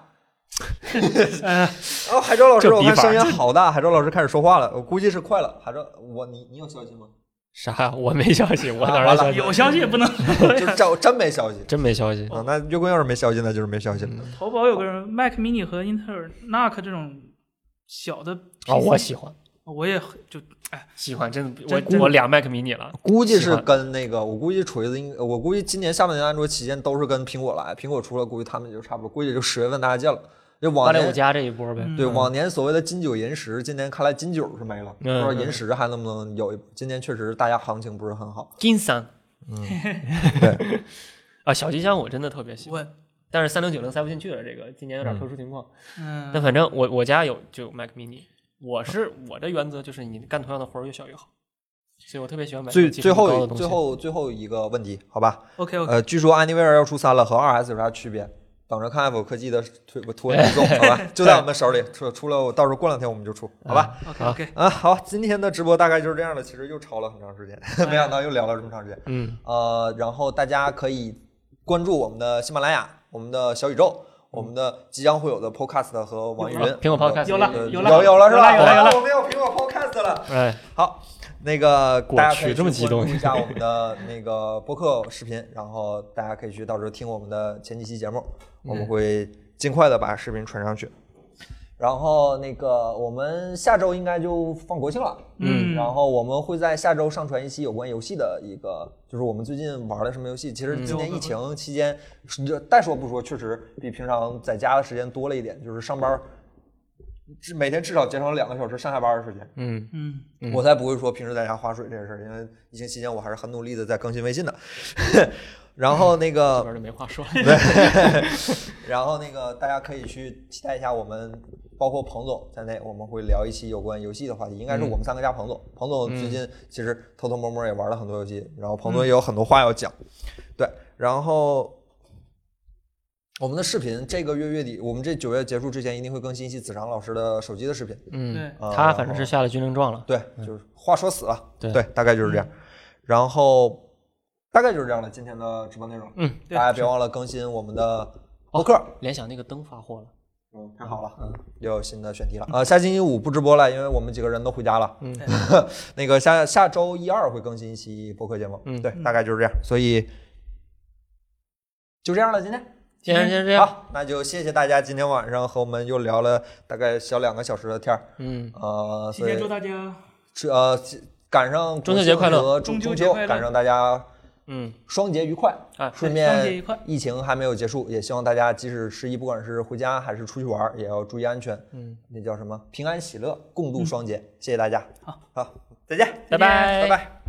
海州老师，我看声音好大。海州老师开始说话了，我估计是快了。海州，你有消息吗？ 啥呀？我没消息，我哪来消息？ 有消息也不能， 就真没消息， 真没消息。 那月光要是没消息，那就是没消息了。 淘宝有个人 Mac Mini 和英特尔 NUC 这种小的我喜欢， 我也喜欢，真的，我2 Mac Mini 了， 估计是跟那个，我估计锤子我估计今年下半年安卓旗舰都是跟苹果来，苹果出了，估计他们就差不多，估计就10月份大家见了。就往年 865加这一波呗， 对，往年所谓的金9银10，今年看来金9是没了，不知道银10还能不能有一波。今年确实大家行情不是很好。 金3，对小机箱我真的特别喜欢，但是3090塞不进去了，这个今年有点特殊情况。但反正我家就有 Mac Mini， 我的原则就是你干同样的活越小越好，所以我特别喜欢买最后一个问题，好吧 ？OK， 据说 Anywhere 要出3了，和2S 有啥区别？等着看爱博科技的图文推送，好吧，就在我们手里，出了，到时候过2天我们就出，好吧 ？OK， 好，今天的直播大概就是这样的，其实又超了很长时间，没想到又聊了这么长时间。然后大家可以关注我们的喜马拉雅、我们的小宇宙、我们的即将会有的 Podcast 和网易云。 苹果 Podcast 有了是吧？ 有了， 我们有苹果 Podcast 了。好。那个大家可以去关注一下我们的那个播客视频，然后大家可以去到时候听我们的前几期节目，我们会尽快的把视频传上去。然后那个我们下周应该就放国庆了，然后我们会在下周上传一期有关游戏的一个，就是我们最近玩了什么游戏。其实今年疫情期间，但说不说，确实比平常在家的时间多了一点，就是上班每天至少节省了2个小时上下班的时间。我才不会说平时在家划水这件事儿，因为疫情期间我还是很努力的在更新微信的。然后那个这边就没话说。 对，然后那个大家可以去期待一下我们，包括彭总在内，我们会聊一期有关游戏的话题，应该是我们3个加彭总。彭总最近其实偷偷摸摸也玩了很多游戏，然后彭总也有很多话要讲。对，然后我们的视频这个月底，我们这9月结束之前一定会更新一期子长老师的手机的视频。 对， 他反正是下了军令状了。 对，就是话说死了。对，大概就是这样。然后大概就是这样了，今天的直播内容。大家别忘了更新我们的播客。 联想那个灯发货了。 太好了。又有新的选题了。下星期五不直播了，因为我们几个人都回家了。那个下周1、2会更新一期播客节目。对，大概就是这样。所以就这样了，今天先这样。 好，那就谢谢大家今天晚上和我们又聊了大概小2个小时的天儿。 提前祝大家赶上中秋节快乐和中秋，赶上大家双节愉快啊！ 顺便疫情还没有结束，也希望大家即使11不管是回家还是出去玩，也要注意安全。那叫什么？平安喜乐，共度双节。谢谢大家。 好， 再见， 拜拜， 拜拜。